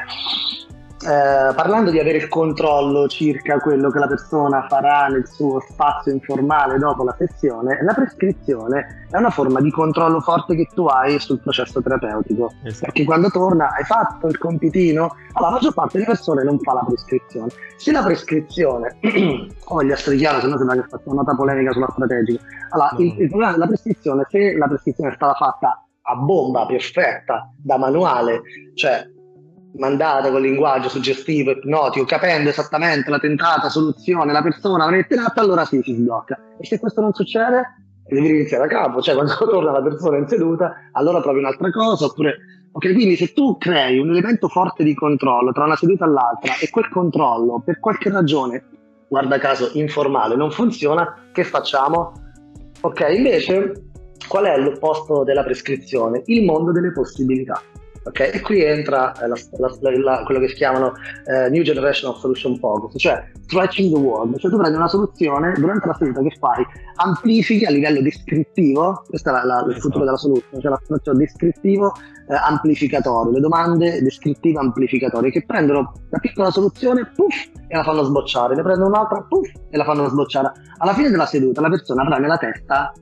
parlando di avere il controllo circa quello che la persona farà nel suo spazio informale dopo la sessione, la prescrizione è una forma di controllo forte che tu hai sul processo terapeutico. Esatto. Perché quando torna, hai fatto il compitino? Allora, la maggior parte delle persone non fa la prescrizione. Se la prescrizione, voglio essere chiaro, se no sembra che faccio una nota polemica sulla strategica. Allora, il problema della prescrizione, se la prescrizione è stata fatta a bomba, perfetta, da manuale, cioè mandata con linguaggio suggestivo, ipnotico, capendo esattamente la tentata soluzione, la persona mette in atto, allora sì, si sblocca. E se questo non succede, devi iniziare da capo, cioè quando torna la persona in seduta, allora provi un'altra cosa, oppure... Ok, quindi se tu crei un elemento forte di controllo tra una seduta e l'altra e quel controllo per qualche ragione, guarda caso informale, non funziona, che facciamo? Ok, invece qual è l'opposto della prescrizione? Il mondo delle possibilità. Okay? E qui entra quello che si chiamano New Generation of Solution Focus, cioè stretching the word, cioè tu prendi una soluzione, durante la seduta che fai, amplifichi a livello descrittivo, questo è il futuro della soluzione, cioè l'approccio descrittivo amplificatorio, le domande descrittive amplificatorie che prendono una piccola soluzione, puff, e la fanno sbocciare, ne prendono un'altra, puff, e la fanno sbocciare. Alla fine della seduta la persona avrà nella testa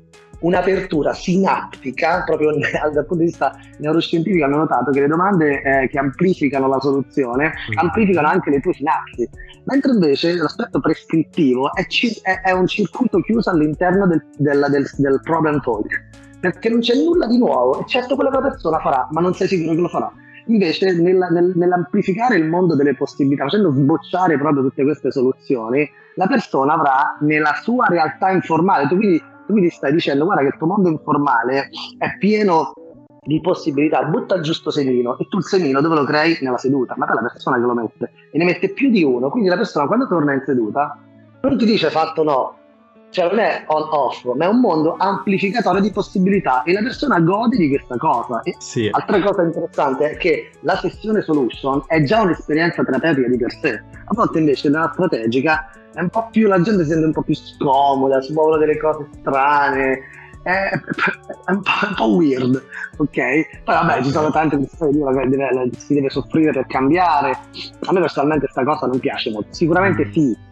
un'apertura sinaptica, proprio dal punto di vista neuroscientifico hanno notato che le domande che amplificano la soluzione amplificano anche le tue sinapsi, mentre invece l'aspetto prescrittivo è un circuito chiuso all'interno del problem talk, perché non c'è nulla di nuovo, eccetto quello che la persona farà, ma non sei sicuro che lo farà. Invece nell'amplificare il mondo delle possibilità, facendo sbocciare proprio tutte queste soluzioni, la persona avrà nella sua realtà informale, tu mi stai dicendo guarda che il tuo mondo informale è pieno di possibilità, butta il giusto semino e tu il semino dove lo crei? Nella seduta, ma poi la persona che lo mette e ne mette più di uno, quindi la persona quando torna in seduta non ti dice fatto no, cioè non è on off, ma è un mondo amplificatore di possibilità e la persona gode di questa cosa. E sì. Altra cosa interessante è che la sessione solution è già un'esperienza terapeutica di per sé, a volte invece nella strategica è un po' più, la gente si sente un po' più scomoda, si muovono delle cose strane, è un po' weird, ok? Poi vabbè, ci sono tante persone che dicono che si deve soffrire per cambiare. A me personalmente questa cosa non piace molto. Sicuramente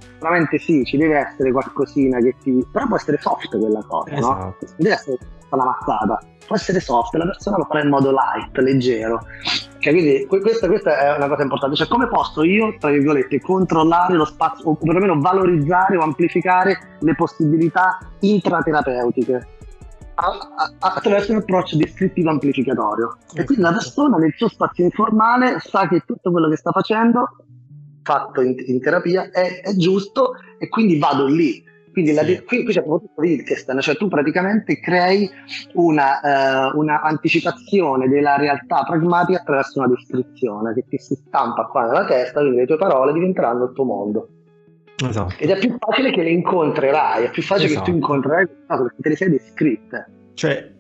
sì, ci deve essere qualcosina che però può essere soft quella cosa, no? Non deve essere una mazzata, può essere soft, la persona lo farà in modo light, leggero. Quindi questa è una cosa importante, cioè come posso io, tra virgolette, controllare lo spazio o perlomeno valorizzare o amplificare le possibilità intraterapeutiche attraverso un approccio descrittivo amplificatorio. E quindi la persona nel suo spazio informale sa che tutto quello che sta facendo, fatto in terapia, è giusto e quindi vado lì. Quindi qui c'è proprio tutto Wittgenstein, cioè tu praticamente crei una anticipazione della realtà pragmatica attraverso una descrizione che ti si stampa qua nella testa, quindi le tue parole diventeranno il tuo mondo. Esatto. Ed è più facile che le incontrerai, è più facile che tu incontrerai perché te le sei descritte. Cioè,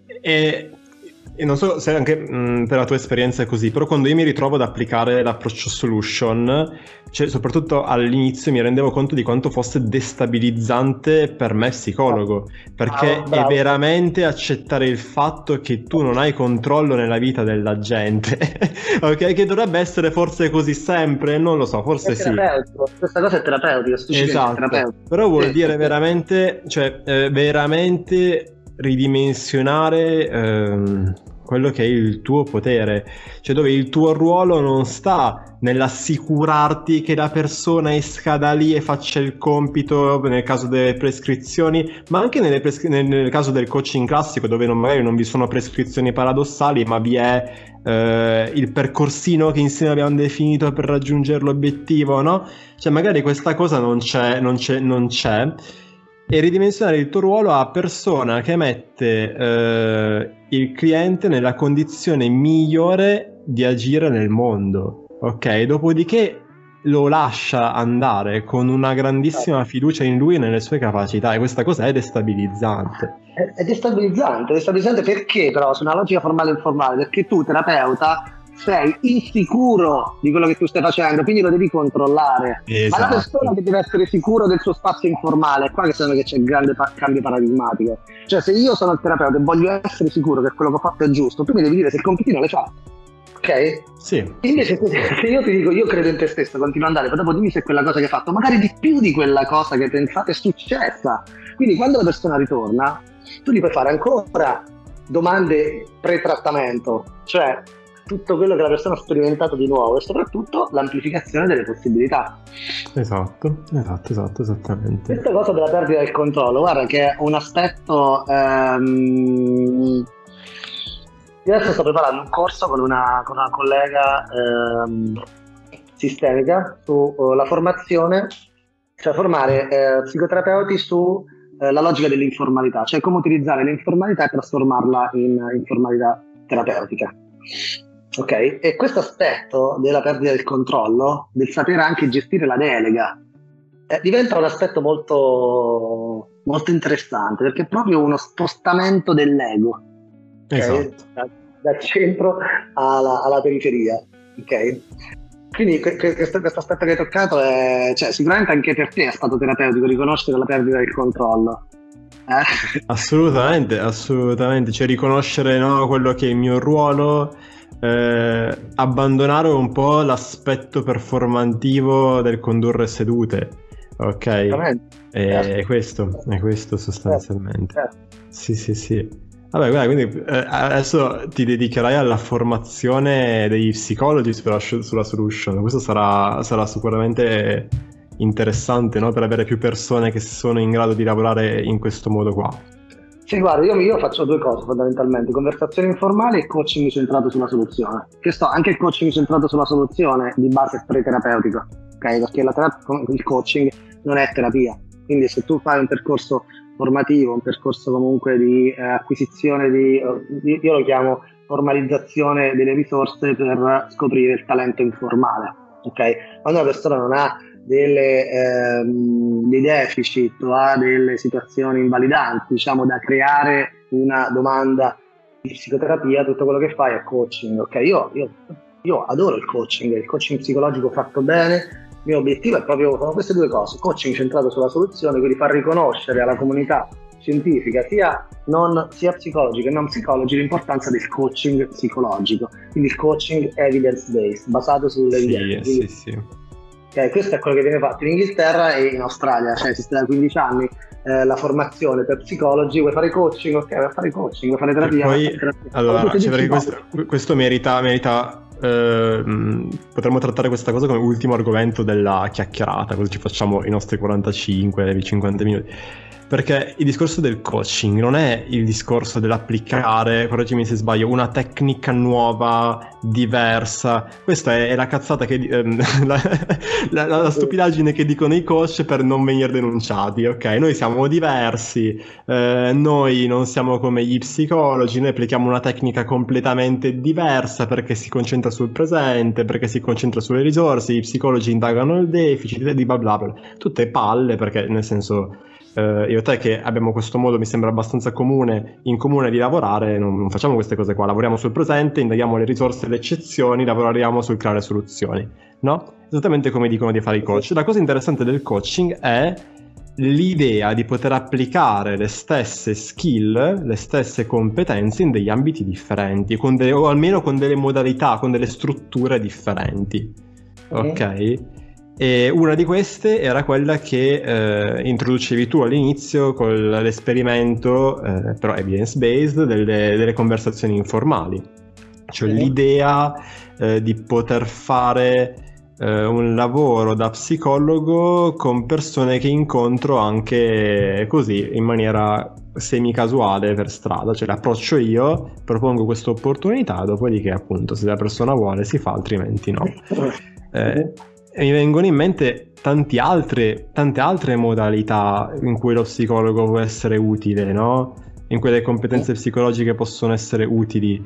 e non so se anche per la tua esperienza è così, però quando io mi ritrovo ad applicare l'approccio solution, cioè soprattutto all'inizio mi rendevo conto di quanto fosse destabilizzante per me psicologo, perché bravo. È veramente accettare il fatto che tu non hai controllo nella vita della gente, ok? Che dovrebbe essere forse così sempre, non lo so, forse sì. Questa cosa è terapeutica, esatto, però vuol dire veramente, cioè veramente ridimensionare quello che è il tuo potere, cioè dove il tuo ruolo non sta nell'assicurarti che la persona esca da lì e faccia il compito nel caso delle prescrizioni, ma anche nel caso del coaching classico, dove magari non vi sono prescrizioni paradossali, ma vi è il percorsino che insieme abbiamo definito per raggiungere l'obiettivo, no? Cioè magari questa cosa non c'è. E ridimensionare il tuo ruolo a persona che mette il cliente nella condizione migliore di agire nel mondo, ok? Dopodiché lo lascia andare con una grandissima fiducia in lui e nelle sue capacità, e questa cosa è destabilizzante. È destabilizzante perché però su una logica formale e informale, perché tu terapeuta sei insicuro di quello che tu stai facendo, quindi lo devi controllare. Esatto. Ma la persona che deve essere sicuro del suo spazio informale, è qua che secondo me che c'è il grande cambio paradigmatico. Cioè se io sono il terapeuta e voglio essere sicuro che quello che ho fatto è giusto, tu mi devi dire se il compitino l'hai fatto, ok? Sì. Invece se io ti dico io credo in te stesso, continua ad andare, poi dopo dimmi se quella cosa che hai fatto, magari di più di quella cosa che hai pensato è successa. Quindi quando la persona ritorna, tu gli puoi fare ancora domande pre-trattamento, cioè tutto quello che la persona ha sperimentato di nuovo e soprattutto l'amplificazione delle possibilità. Esatto, esattamente. Questa cosa della perdita del controllo, guarda che è un aspetto. Io adesso sto preparando un corso con una collega sistemica sulla formazione, cioè formare psicoterapeuti su la logica dell'informalità, cioè come utilizzare l'informalità e trasformarla in formalità terapeutica. Ok? E questo aspetto della perdita del controllo, del sapere anche gestire la delega, diventa un aspetto molto, molto interessante, perché è proprio uno spostamento dell'ego, okay? Esatto. Dal centro alla periferia, ok? Quindi questo aspetto che hai toccato è, cioè, sicuramente anche per te è stato terapeutico riconoscere la perdita del controllo. Assolutamente, cioè riconoscere, no, quello che è il mio ruolo, abbandonare un po' l'aspetto performativo del condurre sedute, ok? È questo sostanzialmente. Sì, sì, sì. Vabbè, guarda, quindi adesso ti dedicherai alla formazione degli psicologi sulla solution. Questo sarà sicuramente interessante, no? Per avere più persone che sono in grado di lavorare in questo modo qua. Sì, guarda, io faccio due cose fondamentalmente: conversazioni informali e coaching centrato sulla soluzione. Anche il coaching centrato sulla soluzione di base è pre-terapeutico, ok? Perché il coaching non è terapia. Quindi se tu fai un percorso formativo, un percorso comunque di acquisizione io lo chiamo formalizzazione delle risorse per scoprire il talento informale, ok? Quando una persona non ha dei deficit o ha delle situazioni invalidanti, diciamo, da creare una domanda di psicoterapia, tutto quello che fai è coaching, ok? Io adoro il coaching psicologico fatto bene. Il mio obiettivo è proprio queste due cose: coaching centrato sulla soluzione, quindi far riconoscere alla comunità scientifica, sia psicologi che non psicologi, l'importanza del coaching psicologico, quindi il coaching evidence based, basato sulle evidenze. Sì. Okay, questo è quello che viene fatto in Inghilterra e in Australia, cioè esiste da 15 anni la formazione per psicologi. Vuoi fare coaching? Ok, vuoi fare coaching, vuoi fare terapia? Poi, allora, perché questo merita potremmo trattare questa cosa come ultimo argomento della chiacchierata, così ci facciamo i nostri 45-50 minuti. Perché il discorso del coaching non è il discorso dell'applicare, correggimi se sbaglio, una tecnica nuova, diversa. Questa è la cazzata la stupidaggine che dicono i coach per non venire denunciati, ok? Noi siamo diversi, noi non siamo come gli psicologi, noi applichiamo una tecnica completamente diversa perché si concentra sul presente, perché si concentra sulle risorse, i psicologi indagano il deficit di bla bla bla. Tutte palle, perché nel senso... io e te che abbiamo questo modo, mi sembra abbastanza in comune di lavorare, non facciamo queste cose qua, lavoriamo sul presente, indaghiamo le risorse e le eccezioni, lavoriamo sul creare soluzioni, no? Esattamente come dicono di fare i coach. La cosa interessante del coaching è l'idea di poter applicare le stesse skill, le stesse competenze in degli ambiti differenti, o almeno con delle modalità, con delle strutture differenti, ok? E una di queste era quella che introducevi tu all'inizio con l'esperimento, però evidence based, delle conversazioni informali, cioè l'idea di poter fare un lavoro da psicologo con persone che incontro anche così in maniera semi-casuale per strada, cioè l'approccio io, propongo questa opportunità, dopodiché appunto se la persona vuole si fa, altrimenti no. E mi vengono in mente tante altre modalità in cui lo psicologo può essere utile, no? In cui le competenze psicologiche possono essere utili.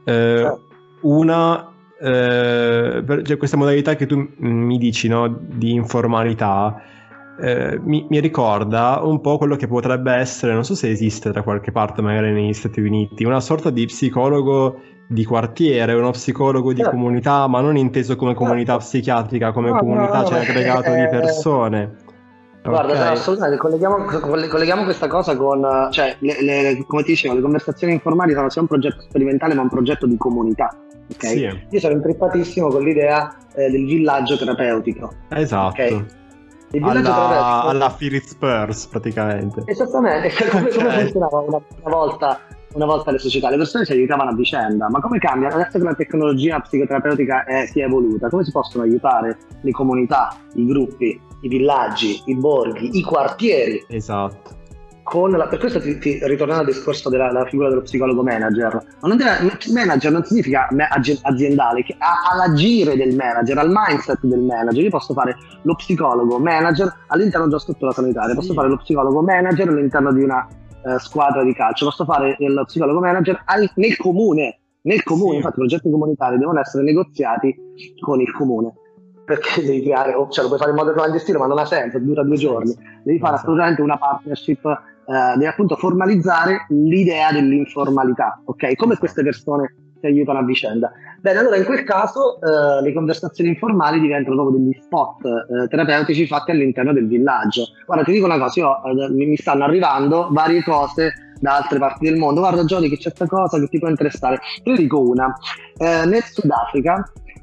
Cioè questa modalità che tu mi dici, no, di informalità, mi ricorda un po' quello che potrebbe essere, non so se esiste da qualche parte magari negli Stati Uniti, una sorta di psicologo di quartiere, uno psicologo di comunità, ma non inteso come comunità psichiatrica, come comunità, cioè aggregato di persone. Guarda, okay. Assolutamente, colleghiamo questa cosa con, cioè, come ti dicevo, le conversazioni informali sono sia un progetto sperimentale ma un progetto di comunità. Okay? Sì. Io sono intrippatissimo con l'idea del villaggio terapeutico. Esatto. Okay? Il villaggio terapeutico alla Philip Spurs praticamente. Esattamente, come funzionava una volta le società? Le persone si aiutavano a vicenda, ma come cambia? Adesso che la tecnologia psicoterapeutica si è evoluta, come si possono aiutare le comunità, i gruppi, i villaggi, i borghi, i quartieri? Esatto. Per questo ritornando al discorso della figura dello psicologo manager, manager non significa aziendale, che all'agire del manager, al mindset del manager. Io posso fare lo psicologo manager all'interno di una struttura sanitaria, posso fare lo psicologo manager all'interno di una squadra di calcio, posso fare lo psicologo manager nel comune. Infatti i progetti comunitari devono essere negoziati con il comune, perché devi creare, cioè lo puoi fare in modo clandestino ma non ha senso, dura 2 giorni, devi fare assolutamente una partnership, devi appunto formalizzare l'idea dell'informalità, ok? Come queste persone si aiutano a vicenda. Bene, allora in quel caso le conversazioni informali diventano proprio degli spot terapeutici fatti all'interno del villaggio. Guarda, ti dico una cosa, mi stanno arrivando varie cose da altre parti del mondo. Guarda Giorgi, che c'è questa cosa che ti può interessare. Te ne dico una. Nel Sudafrica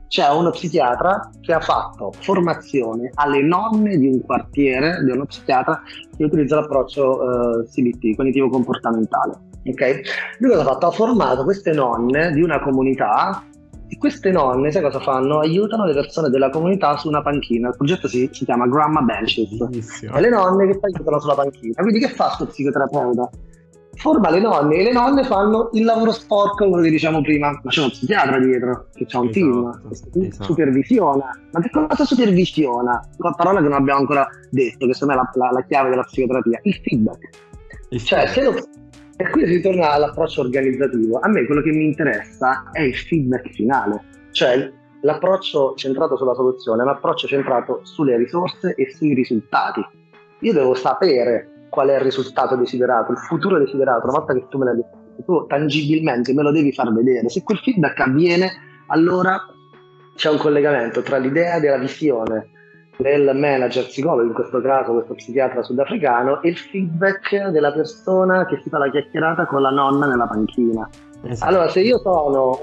c'è uno psichiatra che ha fatto formazione alle nonne di un quartiere, di uno psichiatra che utilizza l'approccio CBT, cognitivo comportamentale. Ok? Lui cosa ha fatto? Ha formato queste nonne di una comunità, e queste nonne, sai cosa fanno? Aiutano le persone della comunità su una panchina. Il progetto si chiama Grandma Benches. Bellissimo. E le nonne che aiutano sulla panchina. Quindi che fa sto psicoterapeuta? Forma le nonne, e le nonne fanno il lavoro sporco, quello che diciamo prima, ma c'è uno psichiatra dietro, che c'ha un team, esatto. supervisiona. Ma che cosa supervisiona? Una parola che non abbiamo ancora detto, che secondo me è la chiave della psicoterapia, il feedback. Cioè, e qui si torna all'approccio organizzativo. A me quello che mi interessa è il feedback finale, cioè l'approccio centrato sulla soluzione, è un approccio centrato sulle risorse e sui risultati. Io devo sapere qual è il risultato desiderato, il futuro desiderato. Una volta che tu me l'hai detto, tu tangibilmente me lo devi far vedere. Se quel feedback avviene, allora c'è un collegamento tra l'idea della visione del manager psicologo, in questo caso questo psichiatra sudafricano, e il feedback della persona che si fa la chiacchierata con la nonna nella panchina. Esatto. Allora, se io sono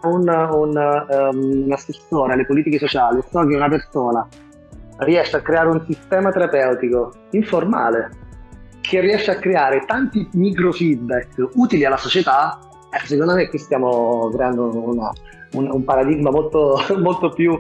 un assessore alle politiche sociali, so che una persona riesce a creare un sistema terapeutico informale che riesce a creare tanti micro feedback utili alla società, secondo me qui stiamo creando un paradigma molto, molto più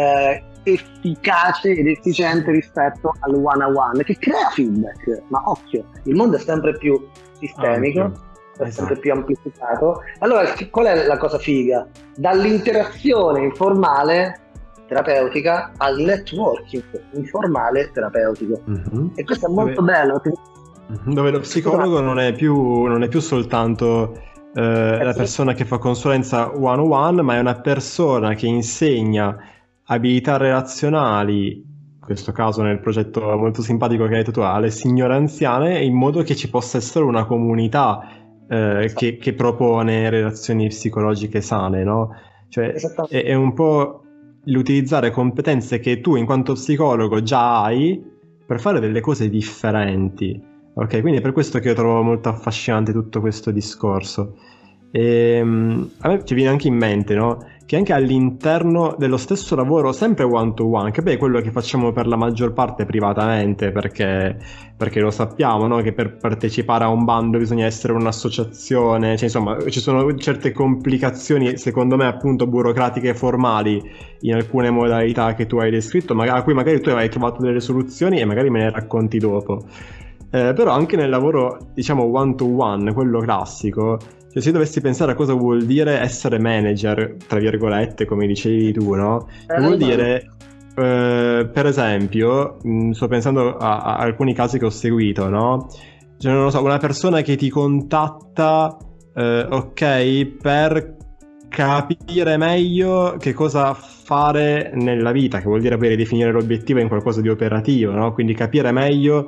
efficace ed efficiente rispetto al one-on-one, che crea feedback. Ma occhio, il mondo è sempre più sistemico, è sempre più amplificato. Allora, qual è la cosa figa? Dall'interazione informale terapeutica al networking informale terapeutico. E questo è molto bello. Dove lo psicologo non è più soltanto la persona che fa consulenza one-on-one, ma è una persona che insegna abilità relazionali, in questo caso nel progetto molto simpatico che hai detto tu, alle signore anziane, in modo che ci possa essere una comunità che propone relazioni psicologiche sane, no? Cioè è un po' l'utilizzare competenze che tu in quanto psicologo già hai per fare delle cose differenti. Ok, quindi è per questo che io trovo molto affascinante tutto questo discorso. A me ci viene anche in mente, no? Che anche all'interno dello stesso lavoro, sempre one to one, che è quello che facciamo per la maggior parte privatamente, perché lo sappiamo, no? Che per partecipare a un bando bisogna essere un'associazione, cioè insomma ci sono certe complicazioni, secondo me appunto burocratiche e formali in alcune modalità che tu hai descritto, a cui magari tu hai trovato delle soluzioni e magari me ne racconti dopo. Però anche nel lavoro, diciamo, one to one, quello classico, cioè se dovessi pensare a cosa vuol dire essere manager, tra virgolette, come dicevi tu, no? Vuol dire, per esempio, sto pensando a alcuni casi che ho seguito, no? Cioè, non lo so, una persona che ti contatta, ok, per capire meglio che cosa fare nella vita, che vuol dire poi ridefinire l'obiettivo in qualcosa di operativo, no? Quindi capire meglio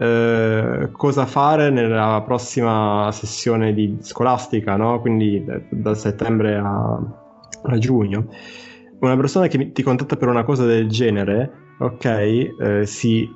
cosa fare nella prossima sessione scolastica, no? Quindi da settembre a giugno. Una persona che ti contatta per una cosa del genere, ok, si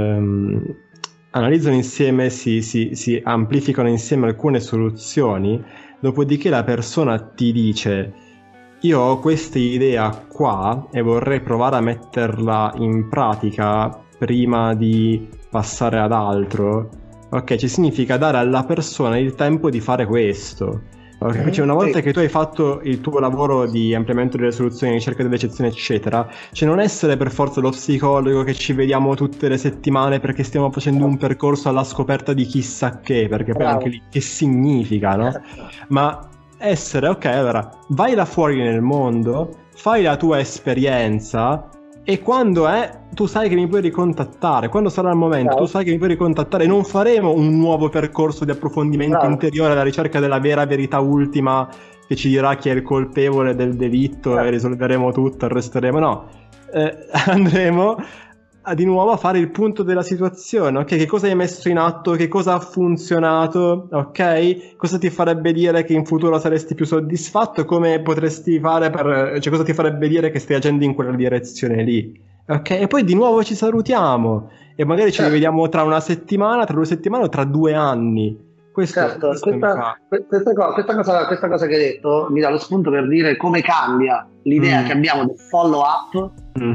analizzano insieme, si amplificano insieme alcune soluzioni, dopodiché la persona ti dice: io ho questa idea qua e vorrei provare a metterla in pratica prima di passare ad altro. Ok, ci significa dare alla persona il tempo di fare questo. Okay? Cioè, una volta che tu hai fatto il tuo lavoro di ampliamento delle soluzioni, ricerca delle eccezioni, eccetera, cioè non essere per forza lo psicologo che ci vediamo tutte le settimane perché stiamo facendo un percorso alla scoperta di chissà che, perché poi anche lì che significa, no? Ma essere, ok, allora vai là fuori nel mondo, fai la tua esperienza, e quando tu sai che mi puoi ricontattare, quando sarà il momento, tu sai che mi puoi ricontattare, e non faremo un nuovo percorso di approfondimento interiore alla ricerca della vera verità ultima che ci dirà chi è il colpevole del delitto e risolveremo tutto, arresteremo, no. Andremo di nuovo a fare il punto della situazione, ok? Che cosa hai messo in atto, che cosa ha funzionato, ok? Cosa ti farebbe dire che in futuro saresti più soddisfatto, come potresti fare cioè cosa ti farebbe dire che stai agendo in quella direzione lì, ok? E poi di nuovo ci salutiamo e magari ci rivediamo tra una settimana, tra 2 settimane o tra 2 anni. Certo, questa cosa che hai detto mi dà lo spunto per dire come cambia l'idea che abbiamo del follow up,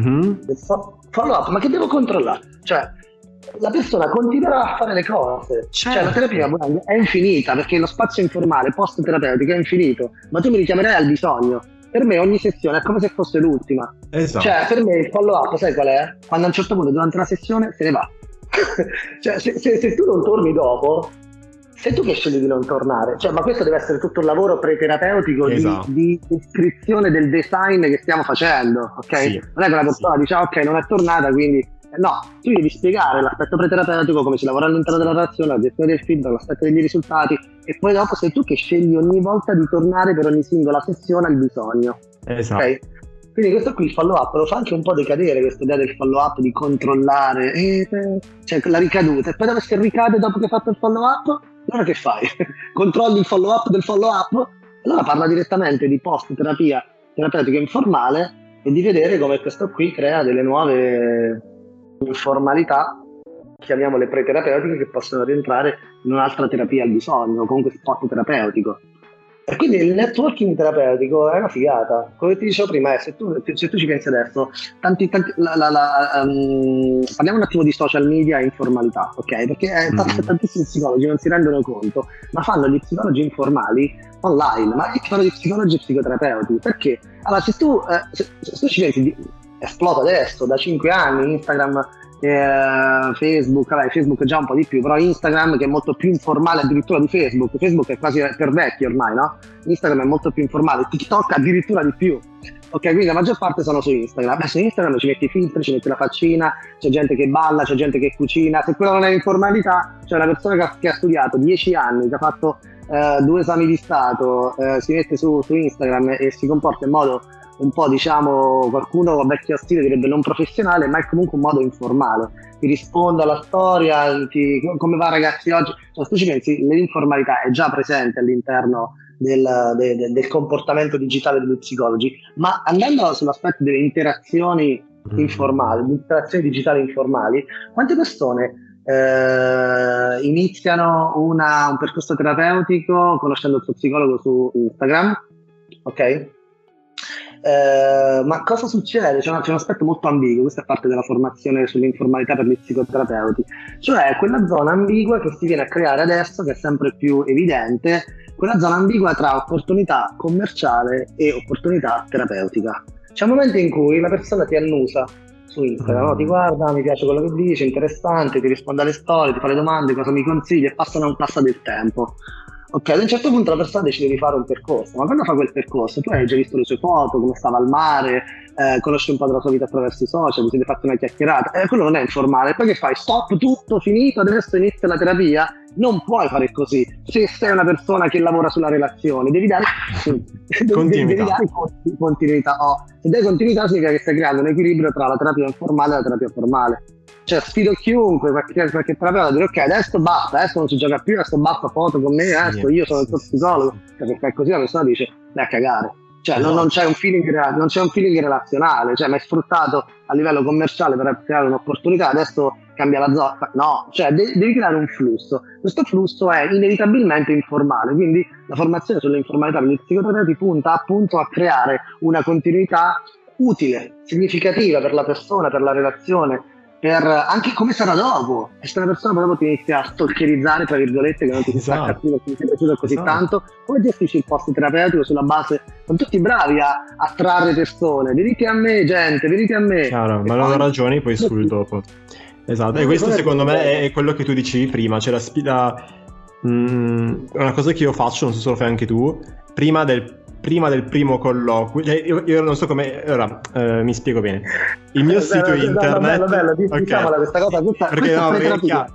ma che devo controllare? Cioè, la persona continuerà a fare le cose, cioè la terapia è infinita, perché lo spazio informale post-terapeutico è infinito, ma tu mi richiamerai al bisogno. Per me ogni sessione è come se fosse l'ultima. Esatto. Cioè, per me il follow up, sai qual è? Quando a un certo punto durante la sessione se ne va. Cioè, se tu non torni dopo, sei tu che scegli di non tornare. Cioè, ma questo deve essere tutto un lavoro pre-terapeutico, esatto, di descrizione del design che stiamo facendo, ok? Sì, non è che una persona dice ok, non è tornata, quindi no, tu devi spiegare l'aspetto pre-terapeutico, come si lavora all'interno della relazione, la gestione del feedback, l'aspetto degli risultati, e poi dopo sei tu che scegli ogni volta di tornare per ogni singola sessione al bisogno. Esatto. Okay? Quindi questo qui, il follow up, lo fa anche un po' decadere, questa idea del follow up, di controllare cioè la ricaduta, e poi dove si ricade dopo che hai fatto il follow up, allora che fai? Controlli il follow up del follow up? Allora parla direttamente di post terapia terapeutica informale e di vedere come questo qui crea delle nuove informalità, chiamiamole pre-terapeutiche, che possono rientrare in un'altra terapia al bisogno, o comunque spot terapeutico. E quindi il networking terapeutico è una figata. Come ti dicevo prima, se tu ci pensi adesso, parliamo un attimo di social media e informalità, ok? Perché tantissimi psicologi non si rendono conto, ma fanno gli psicologi informali online, ma fanno gli psicologi e psicoterapeuti. Perché? Allora, se tu ci pensi, esplode adesso da 5 anni Instagram, Facebook già un po' di più, però Instagram, che è molto più informale addirittura di Facebook è quasi per vecchi ormai, no? Instagram è molto più informale, TikTok addirittura di più, ok? Quindi la maggior parte sono su Instagram. Su Instagram ci metti i filtri, ci metti la faccina, c'è gente che balla, c'è gente che cucina. Se quella non è informalità, c'è una persona che ha studiato 10 anni, che ha fatto 2 esami di Stato, si mette su Instagram e si comporta in modo un po', diciamo, qualcuno vecchio stile direbbe non professionale, ma è comunque un modo informale. Ti rispondo alla storia, come va ragazzi oggi? Cioè, tu ci pensi, l'informalità è già presente all'interno del comportamento digitale degli psicologi, ma andando sull'aspetto delle interazioni informali, interazioni digitali informali, quante persone iniziano un percorso terapeutico conoscendo il suo psicologo su Instagram, ok? Ma cosa succede? C'è un aspetto molto ambiguo, questa è parte della formazione sull'informalità per gli psicoterapeuti, cioè quella zona ambigua che si viene a creare adesso, che è sempre più evidente, quella zona ambigua tra opportunità commerciale e opportunità terapeutica. C'è un momento in cui la persona ti annusa su Instagram, no? Ti guarda, mi piace quello che dice, interessante, ti risponde alle storie, ti fa le domande, cosa mi consigli, e passa del tempo. Ok, ad un certo punto la persona decide di fare un percorso, ma quando fa quel percorso tu hai già visto le sue foto, come stava al mare, conosci un po' della sua vita attraverso i social, vi siete fatti una chiacchierata, quello non è informale. Poi che fai? Stop, tutto finito, adesso inizia la terapia? Non puoi fare così. Se sei una persona che lavora sulla relazione, devi dare continuità. Se dai continuità significa che stai creando un equilibrio tra la terapia informale e la terapia formale. Cioè, sfido chiunque, qualche terapeuta, a dire ok, adesso basta, adesso non si gioca più, adesso basta foto con me, adesso io sono il tuo psicologo, perché così la persona dice vai a cagare. Cioè, non c'è un feeling relazionale, cioè mi hai sfruttato a livello commerciale per creare un'opportunità, adesso cambia la zona. No, cioè devi creare un flusso. Questo flusso è inevitabilmente informale, quindi la formazione sull'informalità per gli psicoterapeuti punta appunto a creare una continuità utile, significativa per la persona, per la relazione, per anche come sarà dopo. E se una persona dopo ti inizia a stalkerizzare, tra virgolette, che non ti sta cattivo, che ti è piaciuto così tanto, come gestisci il post terapeutico sulla base? Sono tutti bravi a attrarre persone, venite a me gente, venite a me. Chiaro, ma non ragioni poi sul dopo. Esatto, e questo secondo me è quello che tu dicevi prima, cioè la sfida, una cosa che io faccio, non so se lo fai anche tu, prima del primo colloquio, cioè io non so come, ora mi spiego bene, il mio sito internet, bello, diciamola questa cosa, perché no, è chiaro.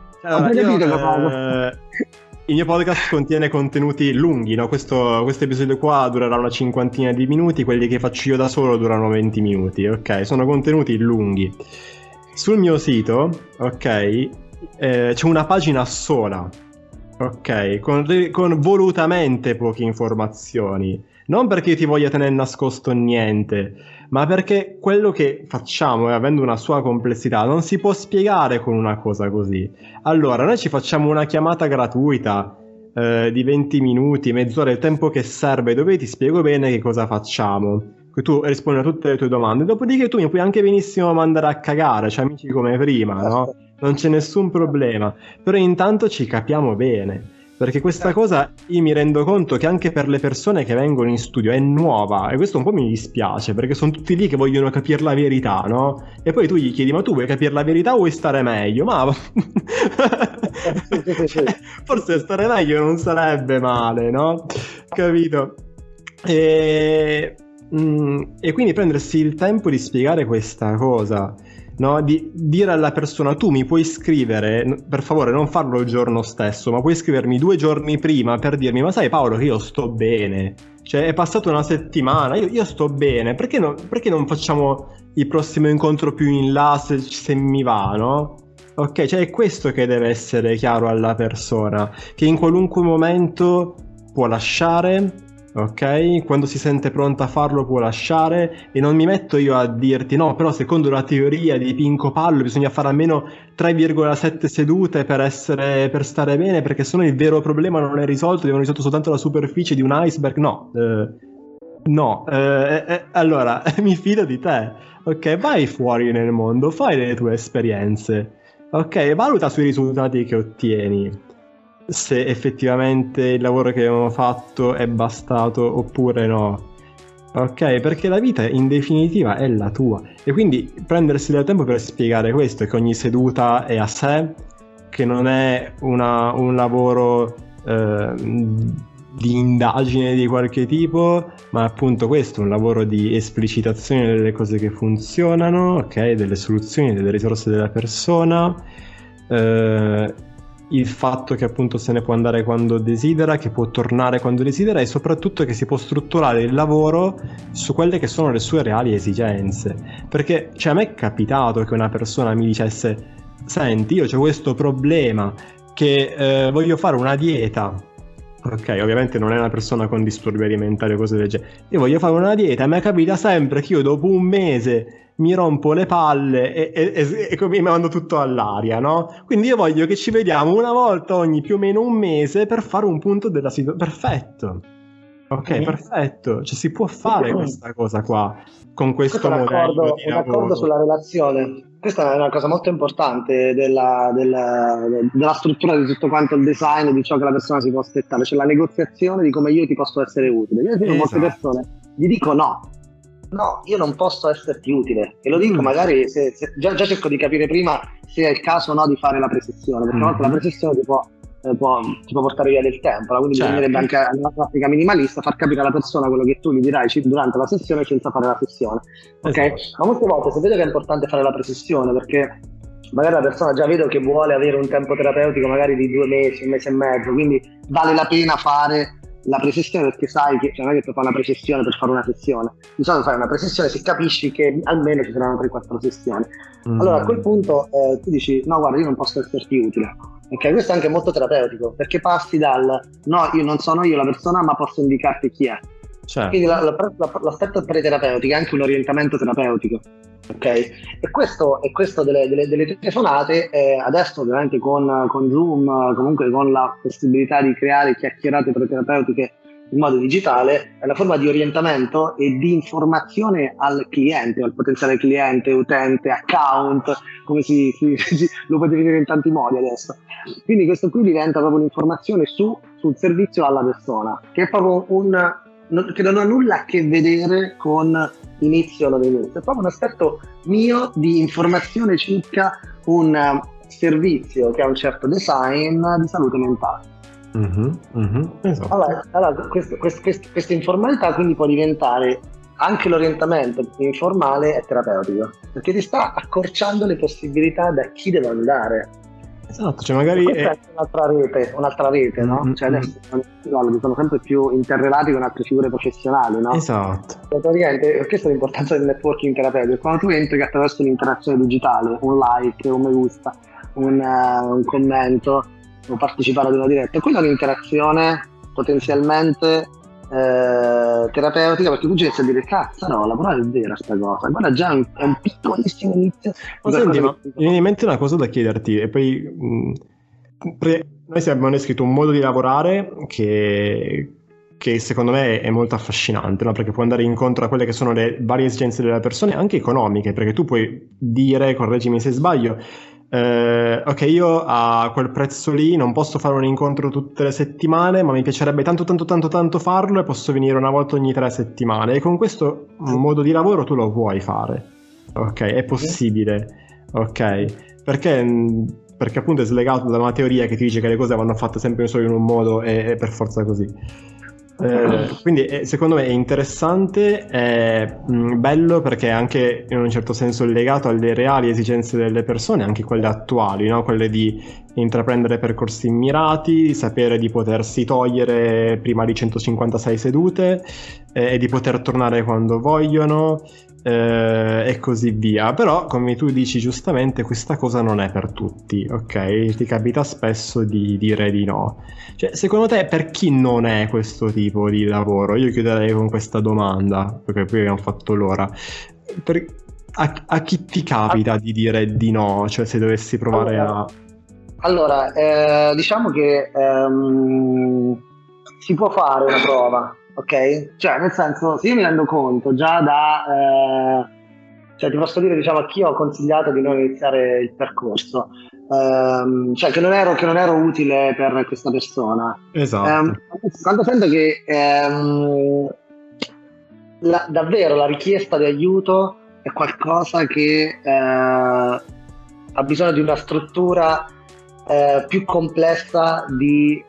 Il mio podcast contiene contenuti lunghi, no? Questo episodio qua durerà una 50 di minuti, quelli che faccio io da solo durano 20 minuti, ok? Sono contenuti lunghi. Sul mio sito, ok, c'è una pagina sola, ok, con volutamente poche informazioni. Non perché io ti voglia tenere nascosto niente, ma perché quello che facciamo, avendo una sua complessità, non si può spiegare con una cosa così. Allora, noi ci facciamo una chiamata gratuita, di 20 minuti, mezz'ora, il tempo che serve, dove ti spiego bene che cosa facciamo. Tu rispondi a tutte le tue domande, dopodiché tu mi puoi anche benissimo mandare a cagare, cioè amici come prima, no? Non c'è nessun problema, però intanto ci capiamo bene. Perché questa cosa io mi rendo conto che anche per le persone che vengono in studio è nuova, e questo un po' mi dispiace, perché sono tutti lì che vogliono capire la verità, no? E poi tu gli chiedi, ma tu vuoi capire la verità o vuoi stare meglio? Ma forse stare meglio non sarebbe male, no? Capito? E quindi prendersi il tempo di spiegare questa cosa, no? Di dire alla persona, tu mi puoi scrivere, per favore non farlo il giorno stesso, ma puoi scrivermi 2 giorni prima per dirmi, ma sai Paolo che io sto bene, cioè è passata una settimana, io sto bene, perché non facciamo il prossimo incontro più in là se mi va, no? Ok, cioè è questo che deve essere chiaro alla persona, che in qualunque momento può lasciare. Ok, quando si sente pronta a farlo può lasciare, e non mi metto io a dirti no, però secondo la teoria di Pinco Pallo bisogna fare almeno 3,7 sedute per stare bene, perché sennò il vero problema non è risolto, devono risolto soltanto la superficie di un iceberg. Allora mi fido di te, ok, vai fuori nel mondo, fai le tue esperienze, ok, valuta sui risultati che ottieni, se effettivamente il lavoro che abbiamo fatto è bastato oppure no, ok? Perché la vita in definitiva è la tua, e quindi prendersi del tempo per spiegare questo, che ogni seduta è a sé, che non è un lavoro di indagine di qualche tipo, ma appunto questo è un lavoro di esplicitazione delle cose che funzionano, ok? Delle soluzioni, delle risorse della persona, il fatto che appunto se ne può andare quando desidera, che può tornare quando desidera, e soprattutto che si può strutturare il lavoro su quelle che sono le sue reali esigenze. Perché a me è capitato che una persona mi dicesse, senti, io c'ho questo problema che voglio fare una dieta, ok, ovviamente non è una persona con disturbi alimentari o cose del genere, io voglio fare una dieta, e mi capita sempre che io dopo un mese mi rompo le palle e mi mando tutto all'aria, no? Quindi io voglio che ci vediamo una volta ogni più o meno un mese per fare un punto della situazione. Perfetto, ok, perfetto, cioè si può fare questa cosa qua con questo modello di lavoro. D'accordo sulla relazione. Questa è una cosa molto importante della struttura di tutto quanto il design, di ciò che la persona si può aspettare, cioè la negoziazione di come io ti posso essere utile. Io dico a molte persone, gli dico no, io non posso esserti utile, e lo dico magari se già cerco di capire prima se è il caso o no di fare la precessione, perché a volte la precessione ti può portare via del tempo, quindi bisognerebbe anche nella pratica minimalista far capire alla persona quello che tu gli dirai durante la sessione senza fare la sessione, ok? Ma molte volte se vedo che è importante fare la precessione, perché magari la persona già vedo che vuole avere un tempo terapeutico magari di 2 mesi, 1 mese e mezzo, quindi vale la pena fare la precessione, perché sai che non è che tu fai una precessione per fare una sessione, bisogna fare una precessione se capisci che almeno ci saranno 3-4 sessioni. Allora a quel punto tu dici no, guarda, io non posso esserti utile, ok? Questo è anche molto terapeutico, perché passi dal no, io non sono io la persona, ma posso indicarti chi è. Certo. Quindi l'aspetto pre-terapeutico è anche un orientamento terapeutico, ok? E questo delle telefonate, adesso ovviamente con Zoom, comunque con la possibilità di creare chiacchierate pre-terapeutiche in modo digitale, è una forma di orientamento e di informazione al cliente, al potenziale cliente, utente, account, come lo puoi definire in tanti modi adesso. Quindi questo qui diventa proprio un'informazione sul servizio alla persona, che è proprio che non ha nulla a che vedere con inizio o non inizio, è proprio un aspetto mio di informazione circa un servizio che ha un certo design di salute mentale. Esatto. Allora questa informalità quindi può diventare anche l'orientamento informale e terapeutico, perché ti sta accorciando le possibilità da chi deve andare. Esatto, cioè magari è un'altra rete, no? Cioè adesso i psicologi sono sempre più interrelati con altre figure professionali, no? Esatto. Praticamente, questa è l'importanza del networking terapeutico. Quando tu entri attraverso un'interazione digitale, un like, un me gusta, un commento, o partecipare ad una diretta, quella è un'interazione potenzialmente terapeutica, perché tu già inizi a dire cazzarola, però è vera sta cosa, guarda, già è un piccolissimo inizio. Ma senti, ma mi viene in mente una cosa da chiederti, e poi noi abbiamo descritto un modo di lavorare che secondo me è molto affascinante, no? Perché può andare incontro a quelle che sono le varie esigenze delle persone, anche economiche, perché tu puoi dire, correggimi se sbaglio, ok, io a quel prezzo lì non posso fare un incontro tutte le settimane, ma mi piacerebbe tanto farlo e posso venire una volta ogni 3 settimane, e con questo modo di lavoro tu lo puoi fare, ok, è possibile, ok, perché appunto è slegato da una teoria che ti dice che le cose vanno fatte sempre solo in un modo e per forza così. Quindi secondo me è interessante, è bello, perché è anche in un certo senso legato alle reali esigenze delle persone, anche quelle attuali, no? Quelle di intraprendere percorsi mirati, sapere di potersi togliere prima di 156 sedute e di poter tornare quando vogliono, e così via. Però, come tu dici giustamente, questa cosa non è per tutti, ok? Ti capita spesso di dire di no. Cioè, secondo te, per chi non è questo tipo di lavoro? Io chiuderei con questa domanda, perché poi abbiamo fatto l'ora. A chi ti capita di dire di no? Cioè, se dovessi provare Allora, diciamo che si può fare una prova, ok? Cioè, nel senso, se io mi rendo conto già cioè ti posso dire, diciamo, a chi ho consigliato di non iniziare il percorso, cioè che non ero utile per questa persona. Esatto. Quando sento che davvero la richiesta di aiuto è qualcosa che ha bisogno di una struttura più complessa di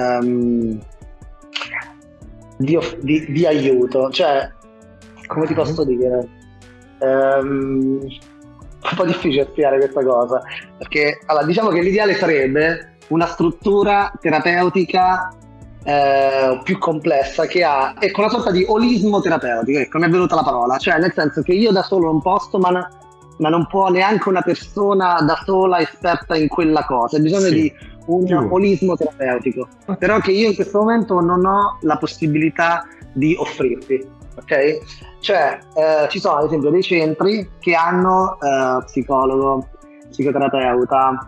aiuto, cioè, come ti posso dire, è un po' difficile spiegare questa cosa, perché allora, diciamo che l'ideale sarebbe una struttura terapeutica più complessa, che ha, ecco, una sorta di olismo terapeutico, ecco, mi è venuta la parola, cioè nel senso che io da solo non posso, ma non può neanche una persona da sola esperta in quella cosa, hai bisogno di un olismo terapeutico, però che io in questo momento non ho la possibilità di offrirti, ok? Cioè ci sono ad esempio dei centri che hanno psicologo, psicoterapeuta,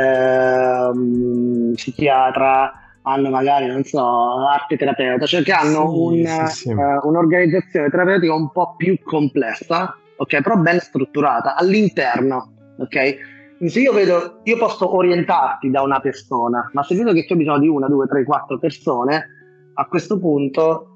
psichiatra, hanno magari, non so, arte terapeuta, cioè che hanno un'organizzazione terapeutica un po' più complessa, ok, però ben strutturata all'interno, ok? Quindi se io posso orientarti da una persona, ma se vedo che c'è bisogno di 1, 2, 3, 4 persone, a questo punto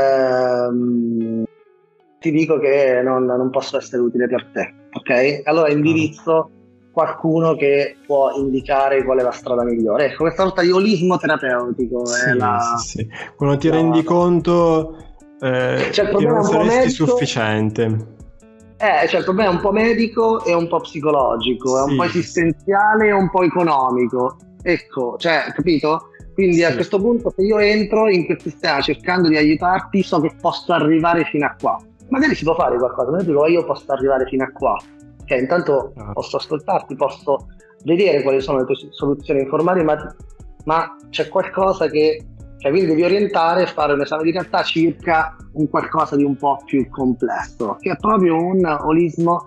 ti dico che non posso essere utile per te, ok? Allora indirizzo qualcuno che può indicare qual è la strada migliore. Ecco, questa sorta di olismo terapeutico sì. Quando ti rendi conto che non saresti sufficiente. Cioè il problema è un po' medico e un po' psicologico, è un po' esistenziale e un po' economico. Ecco, cioè, capito? Quindi a questo punto, se io entro in quel sistema cercando di aiutarti, so che posso arrivare fino a qua. Magari si può fare qualcosa, ma io posso arrivare fino a qua. Cioè, intanto posso ascoltarti, posso vedere quali sono le tue soluzioni informali, ma c'è qualcosa che, cioè, quindi devi orientare e fare un esame di realtà circa un qualcosa di un po' più complesso, che è proprio un olismo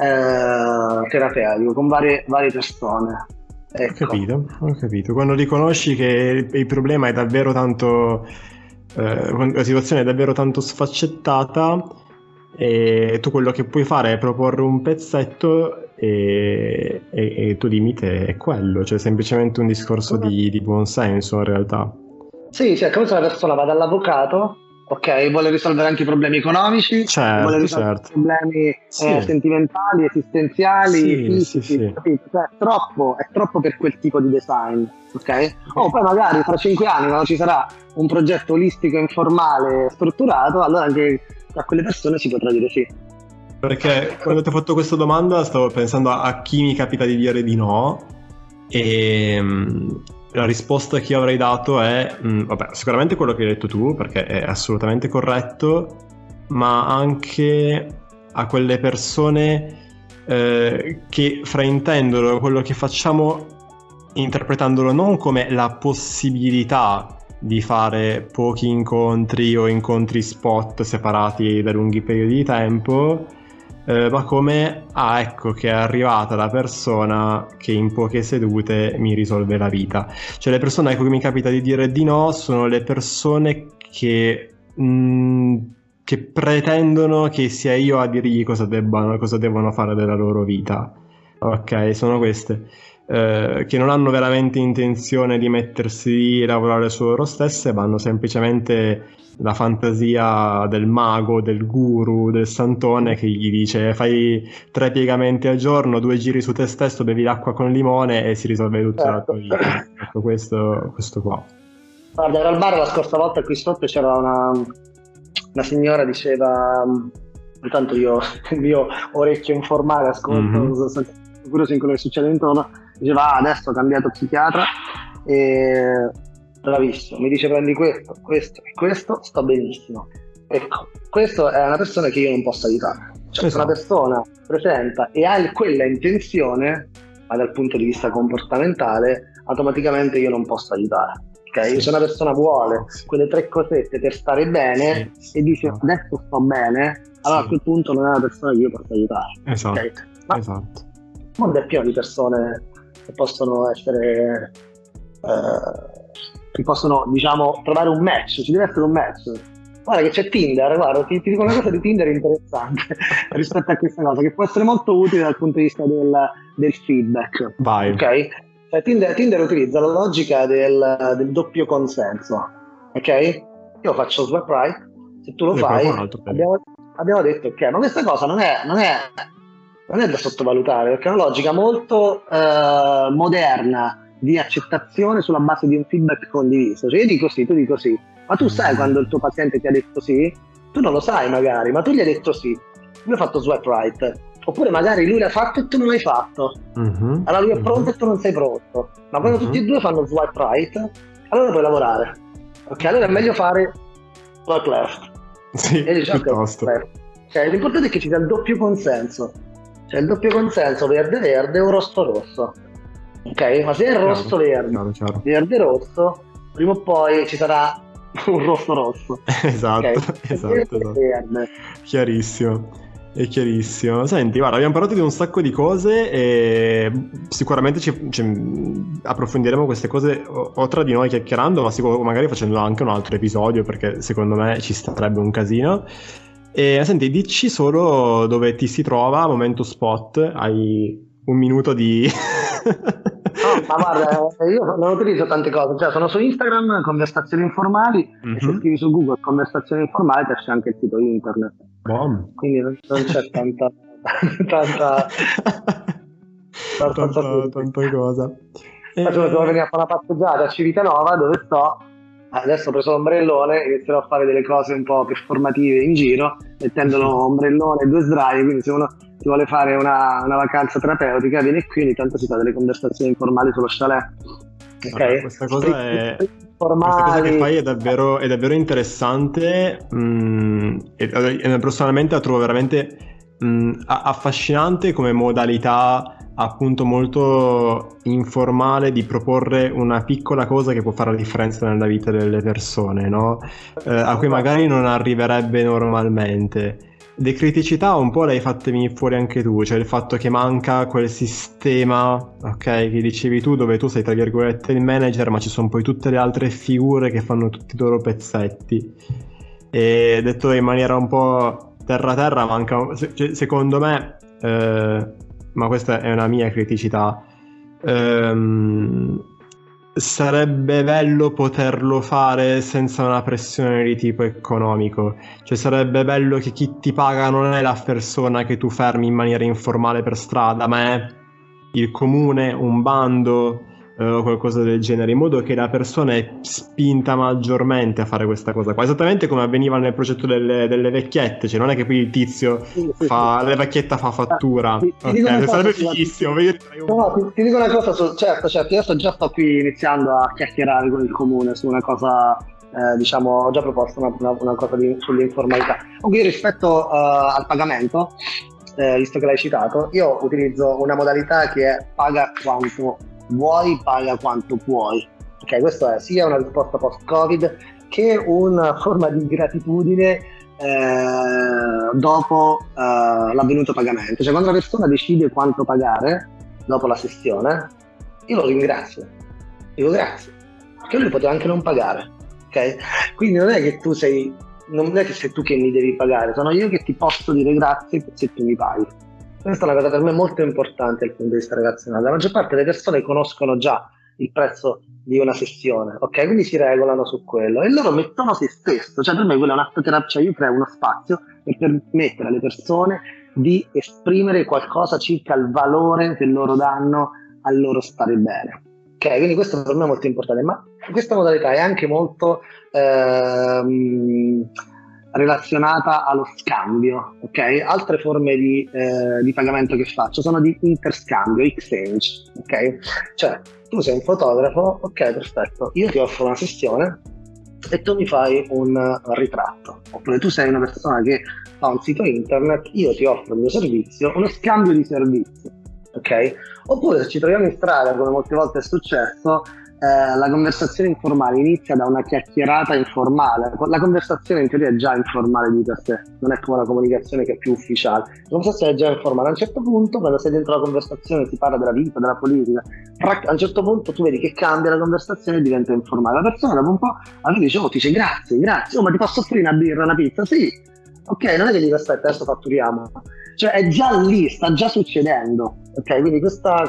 terapeutico con varie persone. Ecco. Ho capito. Quando riconosci che il problema è davvero tanto, la situazione è davvero tanto sfaccettata, e tu quello che puoi fare è proporre un pezzetto e il tuo limite è quello, cioè semplicemente un discorso di buon senso in realtà. Sì, cioè come se una persona va dall'avvocato, ok, vuole risolvere anche i problemi economici, vuole risolvere problemi sentimentali, esistenziali, fisici, capito? Cioè, è troppo per quel tipo di design, ok? Poi magari tra 5 anni, quando ci sarà un progetto olistico, informale, strutturato, allora anche a quelle persone si potrà dire sì. Perché quando ti ho fatto questa domanda stavo pensando a chi mi capita di dire di no, e la risposta che io avrei dato è sicuramente quello che hai detto tu, perché è assolutamente corretto, ma anche a quelle persone che fraintendono quello che facciamo interpretandolo non come la possibilità di fare pochi incontri o incontri spot separati da lunghi periodi di tempo, ma come, ecco che è arrivata la persona che in poche sedute mi risolve la vita. Cioè le persone a cui mi capita di dire di no sono le persone che pretendono che sia io a dirgli cosa devono fare della loro vita. Ok, sono queste. Che non hanno veramente intenzione di mettersi lì e lavorare su loro stesse, ma hanno semplicemente la fantasia del mago, del guru, del santone che gli dice fai 3 piegamenti al giorno, 2 giri su te stesso, bevi l'acqua con limone e si risolve tutta la tua vita. Ecco, questo qua. Guarda, era al bar la scorsa volta qui sotto c'era una signora, diceva, intanto io il mio orecchio informale ascolto, sono curioso in quello che succede intorno, diceva adesso ho cambiato psichiatra e bravissimo, mi dice prendi questo e questo, sto benissimo. Ecco, questa è una persona che io non posso aiutare, cioè se una persona presenta e ha quella intenzione, ma dal punto di vista comportamentale automaticamente io non posso aiutare. Okay? Se una persona vuole quelle 3 cosette per stare bene e dice adesso sto bene, allora a quel punto non è una persona che io posso aiutare. Esatto, okay? Ma esatto. il mondo è pieno di persone che possono essere che possono, diciamo, trovare un match, ci deve essere un match. Guarda che c'è Tinder, guarda, ti dico una cosa di Tinder interessante rispetto a questa cosa, che può essere molto utile dal punto di vista del feedback. Vai. Ok? Cioè, Tinder utilizza la logica del doppio consenso. Ok? Io faccio swipe right, se tu lo fai, abbiamo detto ok, ma questa cosa non è da sottovalutare, perché è una logica molto moderna di accettazione sulla base di un feedback condiviso. Cioè io dico sì, tu dico sì, ma tu sai quando il tuo paziente ti ha detto sì? Tu non lo sai magari, ma tu gli hai detto sì, lui ha fatto swipe right, oppure magari lui l'ha fatto e tu non l'hai fatto, allora lui è pronto e tu non sei pronto, ma quando tutti e due fanno swipe right, allora puoi lavorare, ok? Allora è meglio fare swipe left. Sì, e diciamo piuttosto. Cioè, l'importante è che ci sia il doppio consenso, cioè il doppio consenso verde-verde o rosso-rosso, ok? Ma se è rosso-verde, verde-rosso, prima o poi ci sarà un rosso-rosso. Esatto, okay? esatto. Chiarissimo. È chiarissimo. Senti, guarda, abbiamo parlato di un sacco di cose e sicuramente approfondiremo queste cose o tra di noi chiacchierando, ma magari facendo anche un altro episodio, perché secondo me ci starebbe un casino. E senti, dici solo dove ti si trova, momento spot, hai un minuto di... No, ma guarda, io non utilizzo tante cose, cioè sono su Instagram, conversazioni informali, e se scrivi su Google conversazioni informali c'è anche il sito internet. Quindi non c'è tanta cosa. Devo venire a fare una passeggiata a Civitanova dove sto. Adesso ho preso l'ombrellone, inizierò a fare delle cose un po' performative in giro, mettendo ombrellone e 2 sdraio, quindi se uno si vuole fare una vacanza terapeutica viene qui, ogni tanto si fa delle conversazioni informali sullo chalet. Okay? Questa cosa che fai è davvero interessante e personalmente la trovo veramente affascinante come modalità appunto molto informale di proporre una piccola cosa che può fare la differenza nella vita delle persone, no? A cui magari non arriverebbe normalmente. Le criticità un po' le hai fatte venire fuori anche tu, cioè il fatto che manca quel sistema, ok, che dicevi tu, dove tu sei tra virgolette il manager, ma ci sono poi tutte le altre figure che fanno tutti i loro pezzetti. E detto in maniera un po' terra manca, secondo me, ma questa è una mia criticità, sarebbe bello poterlo fare senza una pressione di tipo economico, cioè sarebbe bello che chi ti paga non è la persona che tu fermi in maniera informale per strada, ma è il comune, un bando o qualcosa del genere, in modo che la persona è spinta maggiormente a fare questa cosa qua, esattamente come avveniva nel progetto delle vecchiette, cioè non è che poi il tizio la vecchietta fa fattura, sarebbe fighissimo. Ti dico una cosa, certo, io sto qui iniziando a chiacchierare con il comune su una cosa, diciamo, ho già proposto una cosa sull'informalità. Quindi rispetto al pagamento, visto che l'hai citato, io utilizzo una modalità che è paga quanto vuoi, paga quanto puoi. Ok, questo è sia una risposta post-Covid che una forma di gratitudine dopo l'avvenuto pagamento. Cioè, quando la persona decide quanto pagare dopo la sessione, io lo ringrazio, dico grazie, perché lui poteva anche non pagare, ok? Quindi non è che non è che sei tu che mi devi pagare, sono io che ti posso dire grazie se tu mi paghi. Questa è una cosa per me molto importante dal punto di vista relazionale. La maggior parte delle persone conoscono già il prezzo di una sessione, ok? Quindi si regolano su quello e loro mettono se stesso, cioè per me quella è un'attoterapia, cioè io creo uno spazio per permettere alle persone di esprimere qualcosa circa il valore che loro danno al loro stare bene, ok? Quindi questo per me è molto importante, ma questa modalità è anche molto relazionata allo scambio, ok? Altre forme di pagamento che faccio sono di interscambio, exchange, ok? Cioè, tu sei un fotografo, ok, perfetto, io ti offro una sessione e tu mi fai un ritratto, oppure tu sei una persona che fa un sito internet, io ti offro il mio servizio, uno scambio di servizi, ok? Oppure se ci troviamo in strada, come molte volte è successo, la conversazione informale inizia da una chiacchierata informale. La conversazione in teoria è già informale di per sé, non è come una comunicazione che è più ufficiale. La conversazione è già informale. A un certo punto, quando sei dentro la conversazione, si parla della vita, della politica, a un certo punto tu vedi che cambia la conversazione e diventa informale. La persona dopo un po' allora dice, oh, ti dice grazie, oh, ma ti posso offrire una birra, una pizza? Sì, ok, non è che dico aspetta, adesso fatturiamo. Cioè è già lì, sta già succedendo, ok? Quindi questa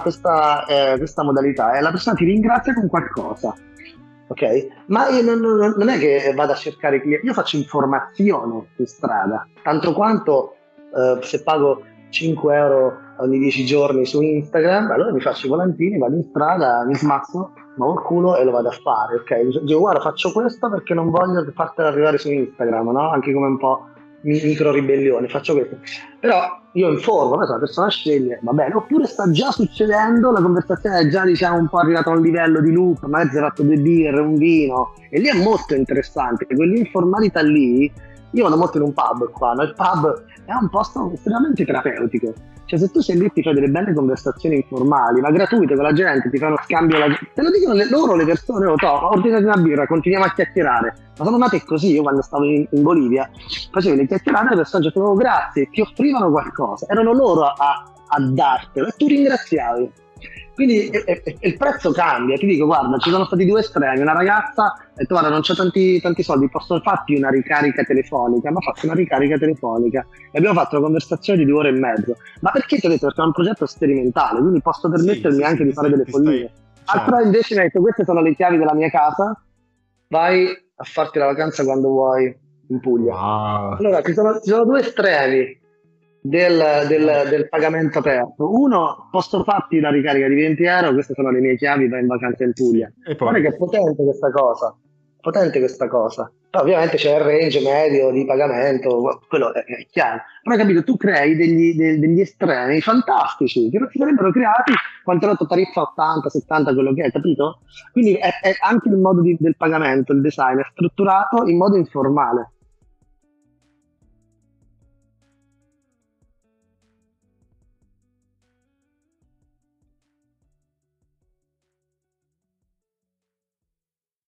modalità è la persona ti ringrazia con qualcosa, ok? Ma io non è che vado a cercare clienti, io faccio informazione in strada, tanto quanto se pago 5 euro ogni 10 giorni su Instagram, allora mi faccio i volantini, vado in strada, mi smazzo, muovo il culo e lo vado a fare, ok? Dico guarda, faccio questo perché non voglio fartela arrivare su Instagram, no? Anche come un po' micro ribellione, faccio questo, però io informo, la persona sceglie, va bene, oppure sta già succedendo, la conversazione è già diciamo un po' arrivata a un livello di loop, magari si è fatto 2 birre, un vino, e lì è molto interessante, quell'informalità lì, io vado molto in un pub qua, no? Il pub è un posto estremamente terapeutico, cioè se tu sei lì ti fai delle belle conversazioni informali, ma gratuite con la gente, ti fai uno scambio, te lo dicono loro le persone, lo so, ordinate una birra, continuiamo a chiacchierare, ma sono nate così. Io quando stavo in Bolivia facevo le chiacchierate, le persone dicevano grazie, ti offrivano qualcosa, erano loro a dartelo e tu ringraziavi. Quindi il prezzo cambia, ti dico guarda, ci sono stati 2 estremi, una ragazza ha detto guarda non c'ho tanti soldi, posso farti una ricarica telefonica, ma faccio una ricarica telefonica e abbiamo fatto una conversazione di 2 ore e mezzo, ma perché ti ho detto? Perché è un progetto sperimentale, quindi posso permettermi anche di fare delle follie. Altra invece mi ha detto queste sono le chiavi della mia casa, vai a farti la vacanza quando vuoi in Puglia. Wow. Allora ci sono 2 estremi del pagamento aperto. Uno, posso farti una ricarica di 20 euro, queste sono le mie chiavi, vai in vacanza in Puglia. E poi... Guarda che è potente questa cosa. Però ovviamente c'è il range medio di pagamento, quello è chiaro. Però capito, tu crei degli estremi fantastici che non si sarebbero creati quando hai tariffa 80, 70, quello che è, capito? Quindi è anche il modo del pagamento, il design è strutturato in modo informale.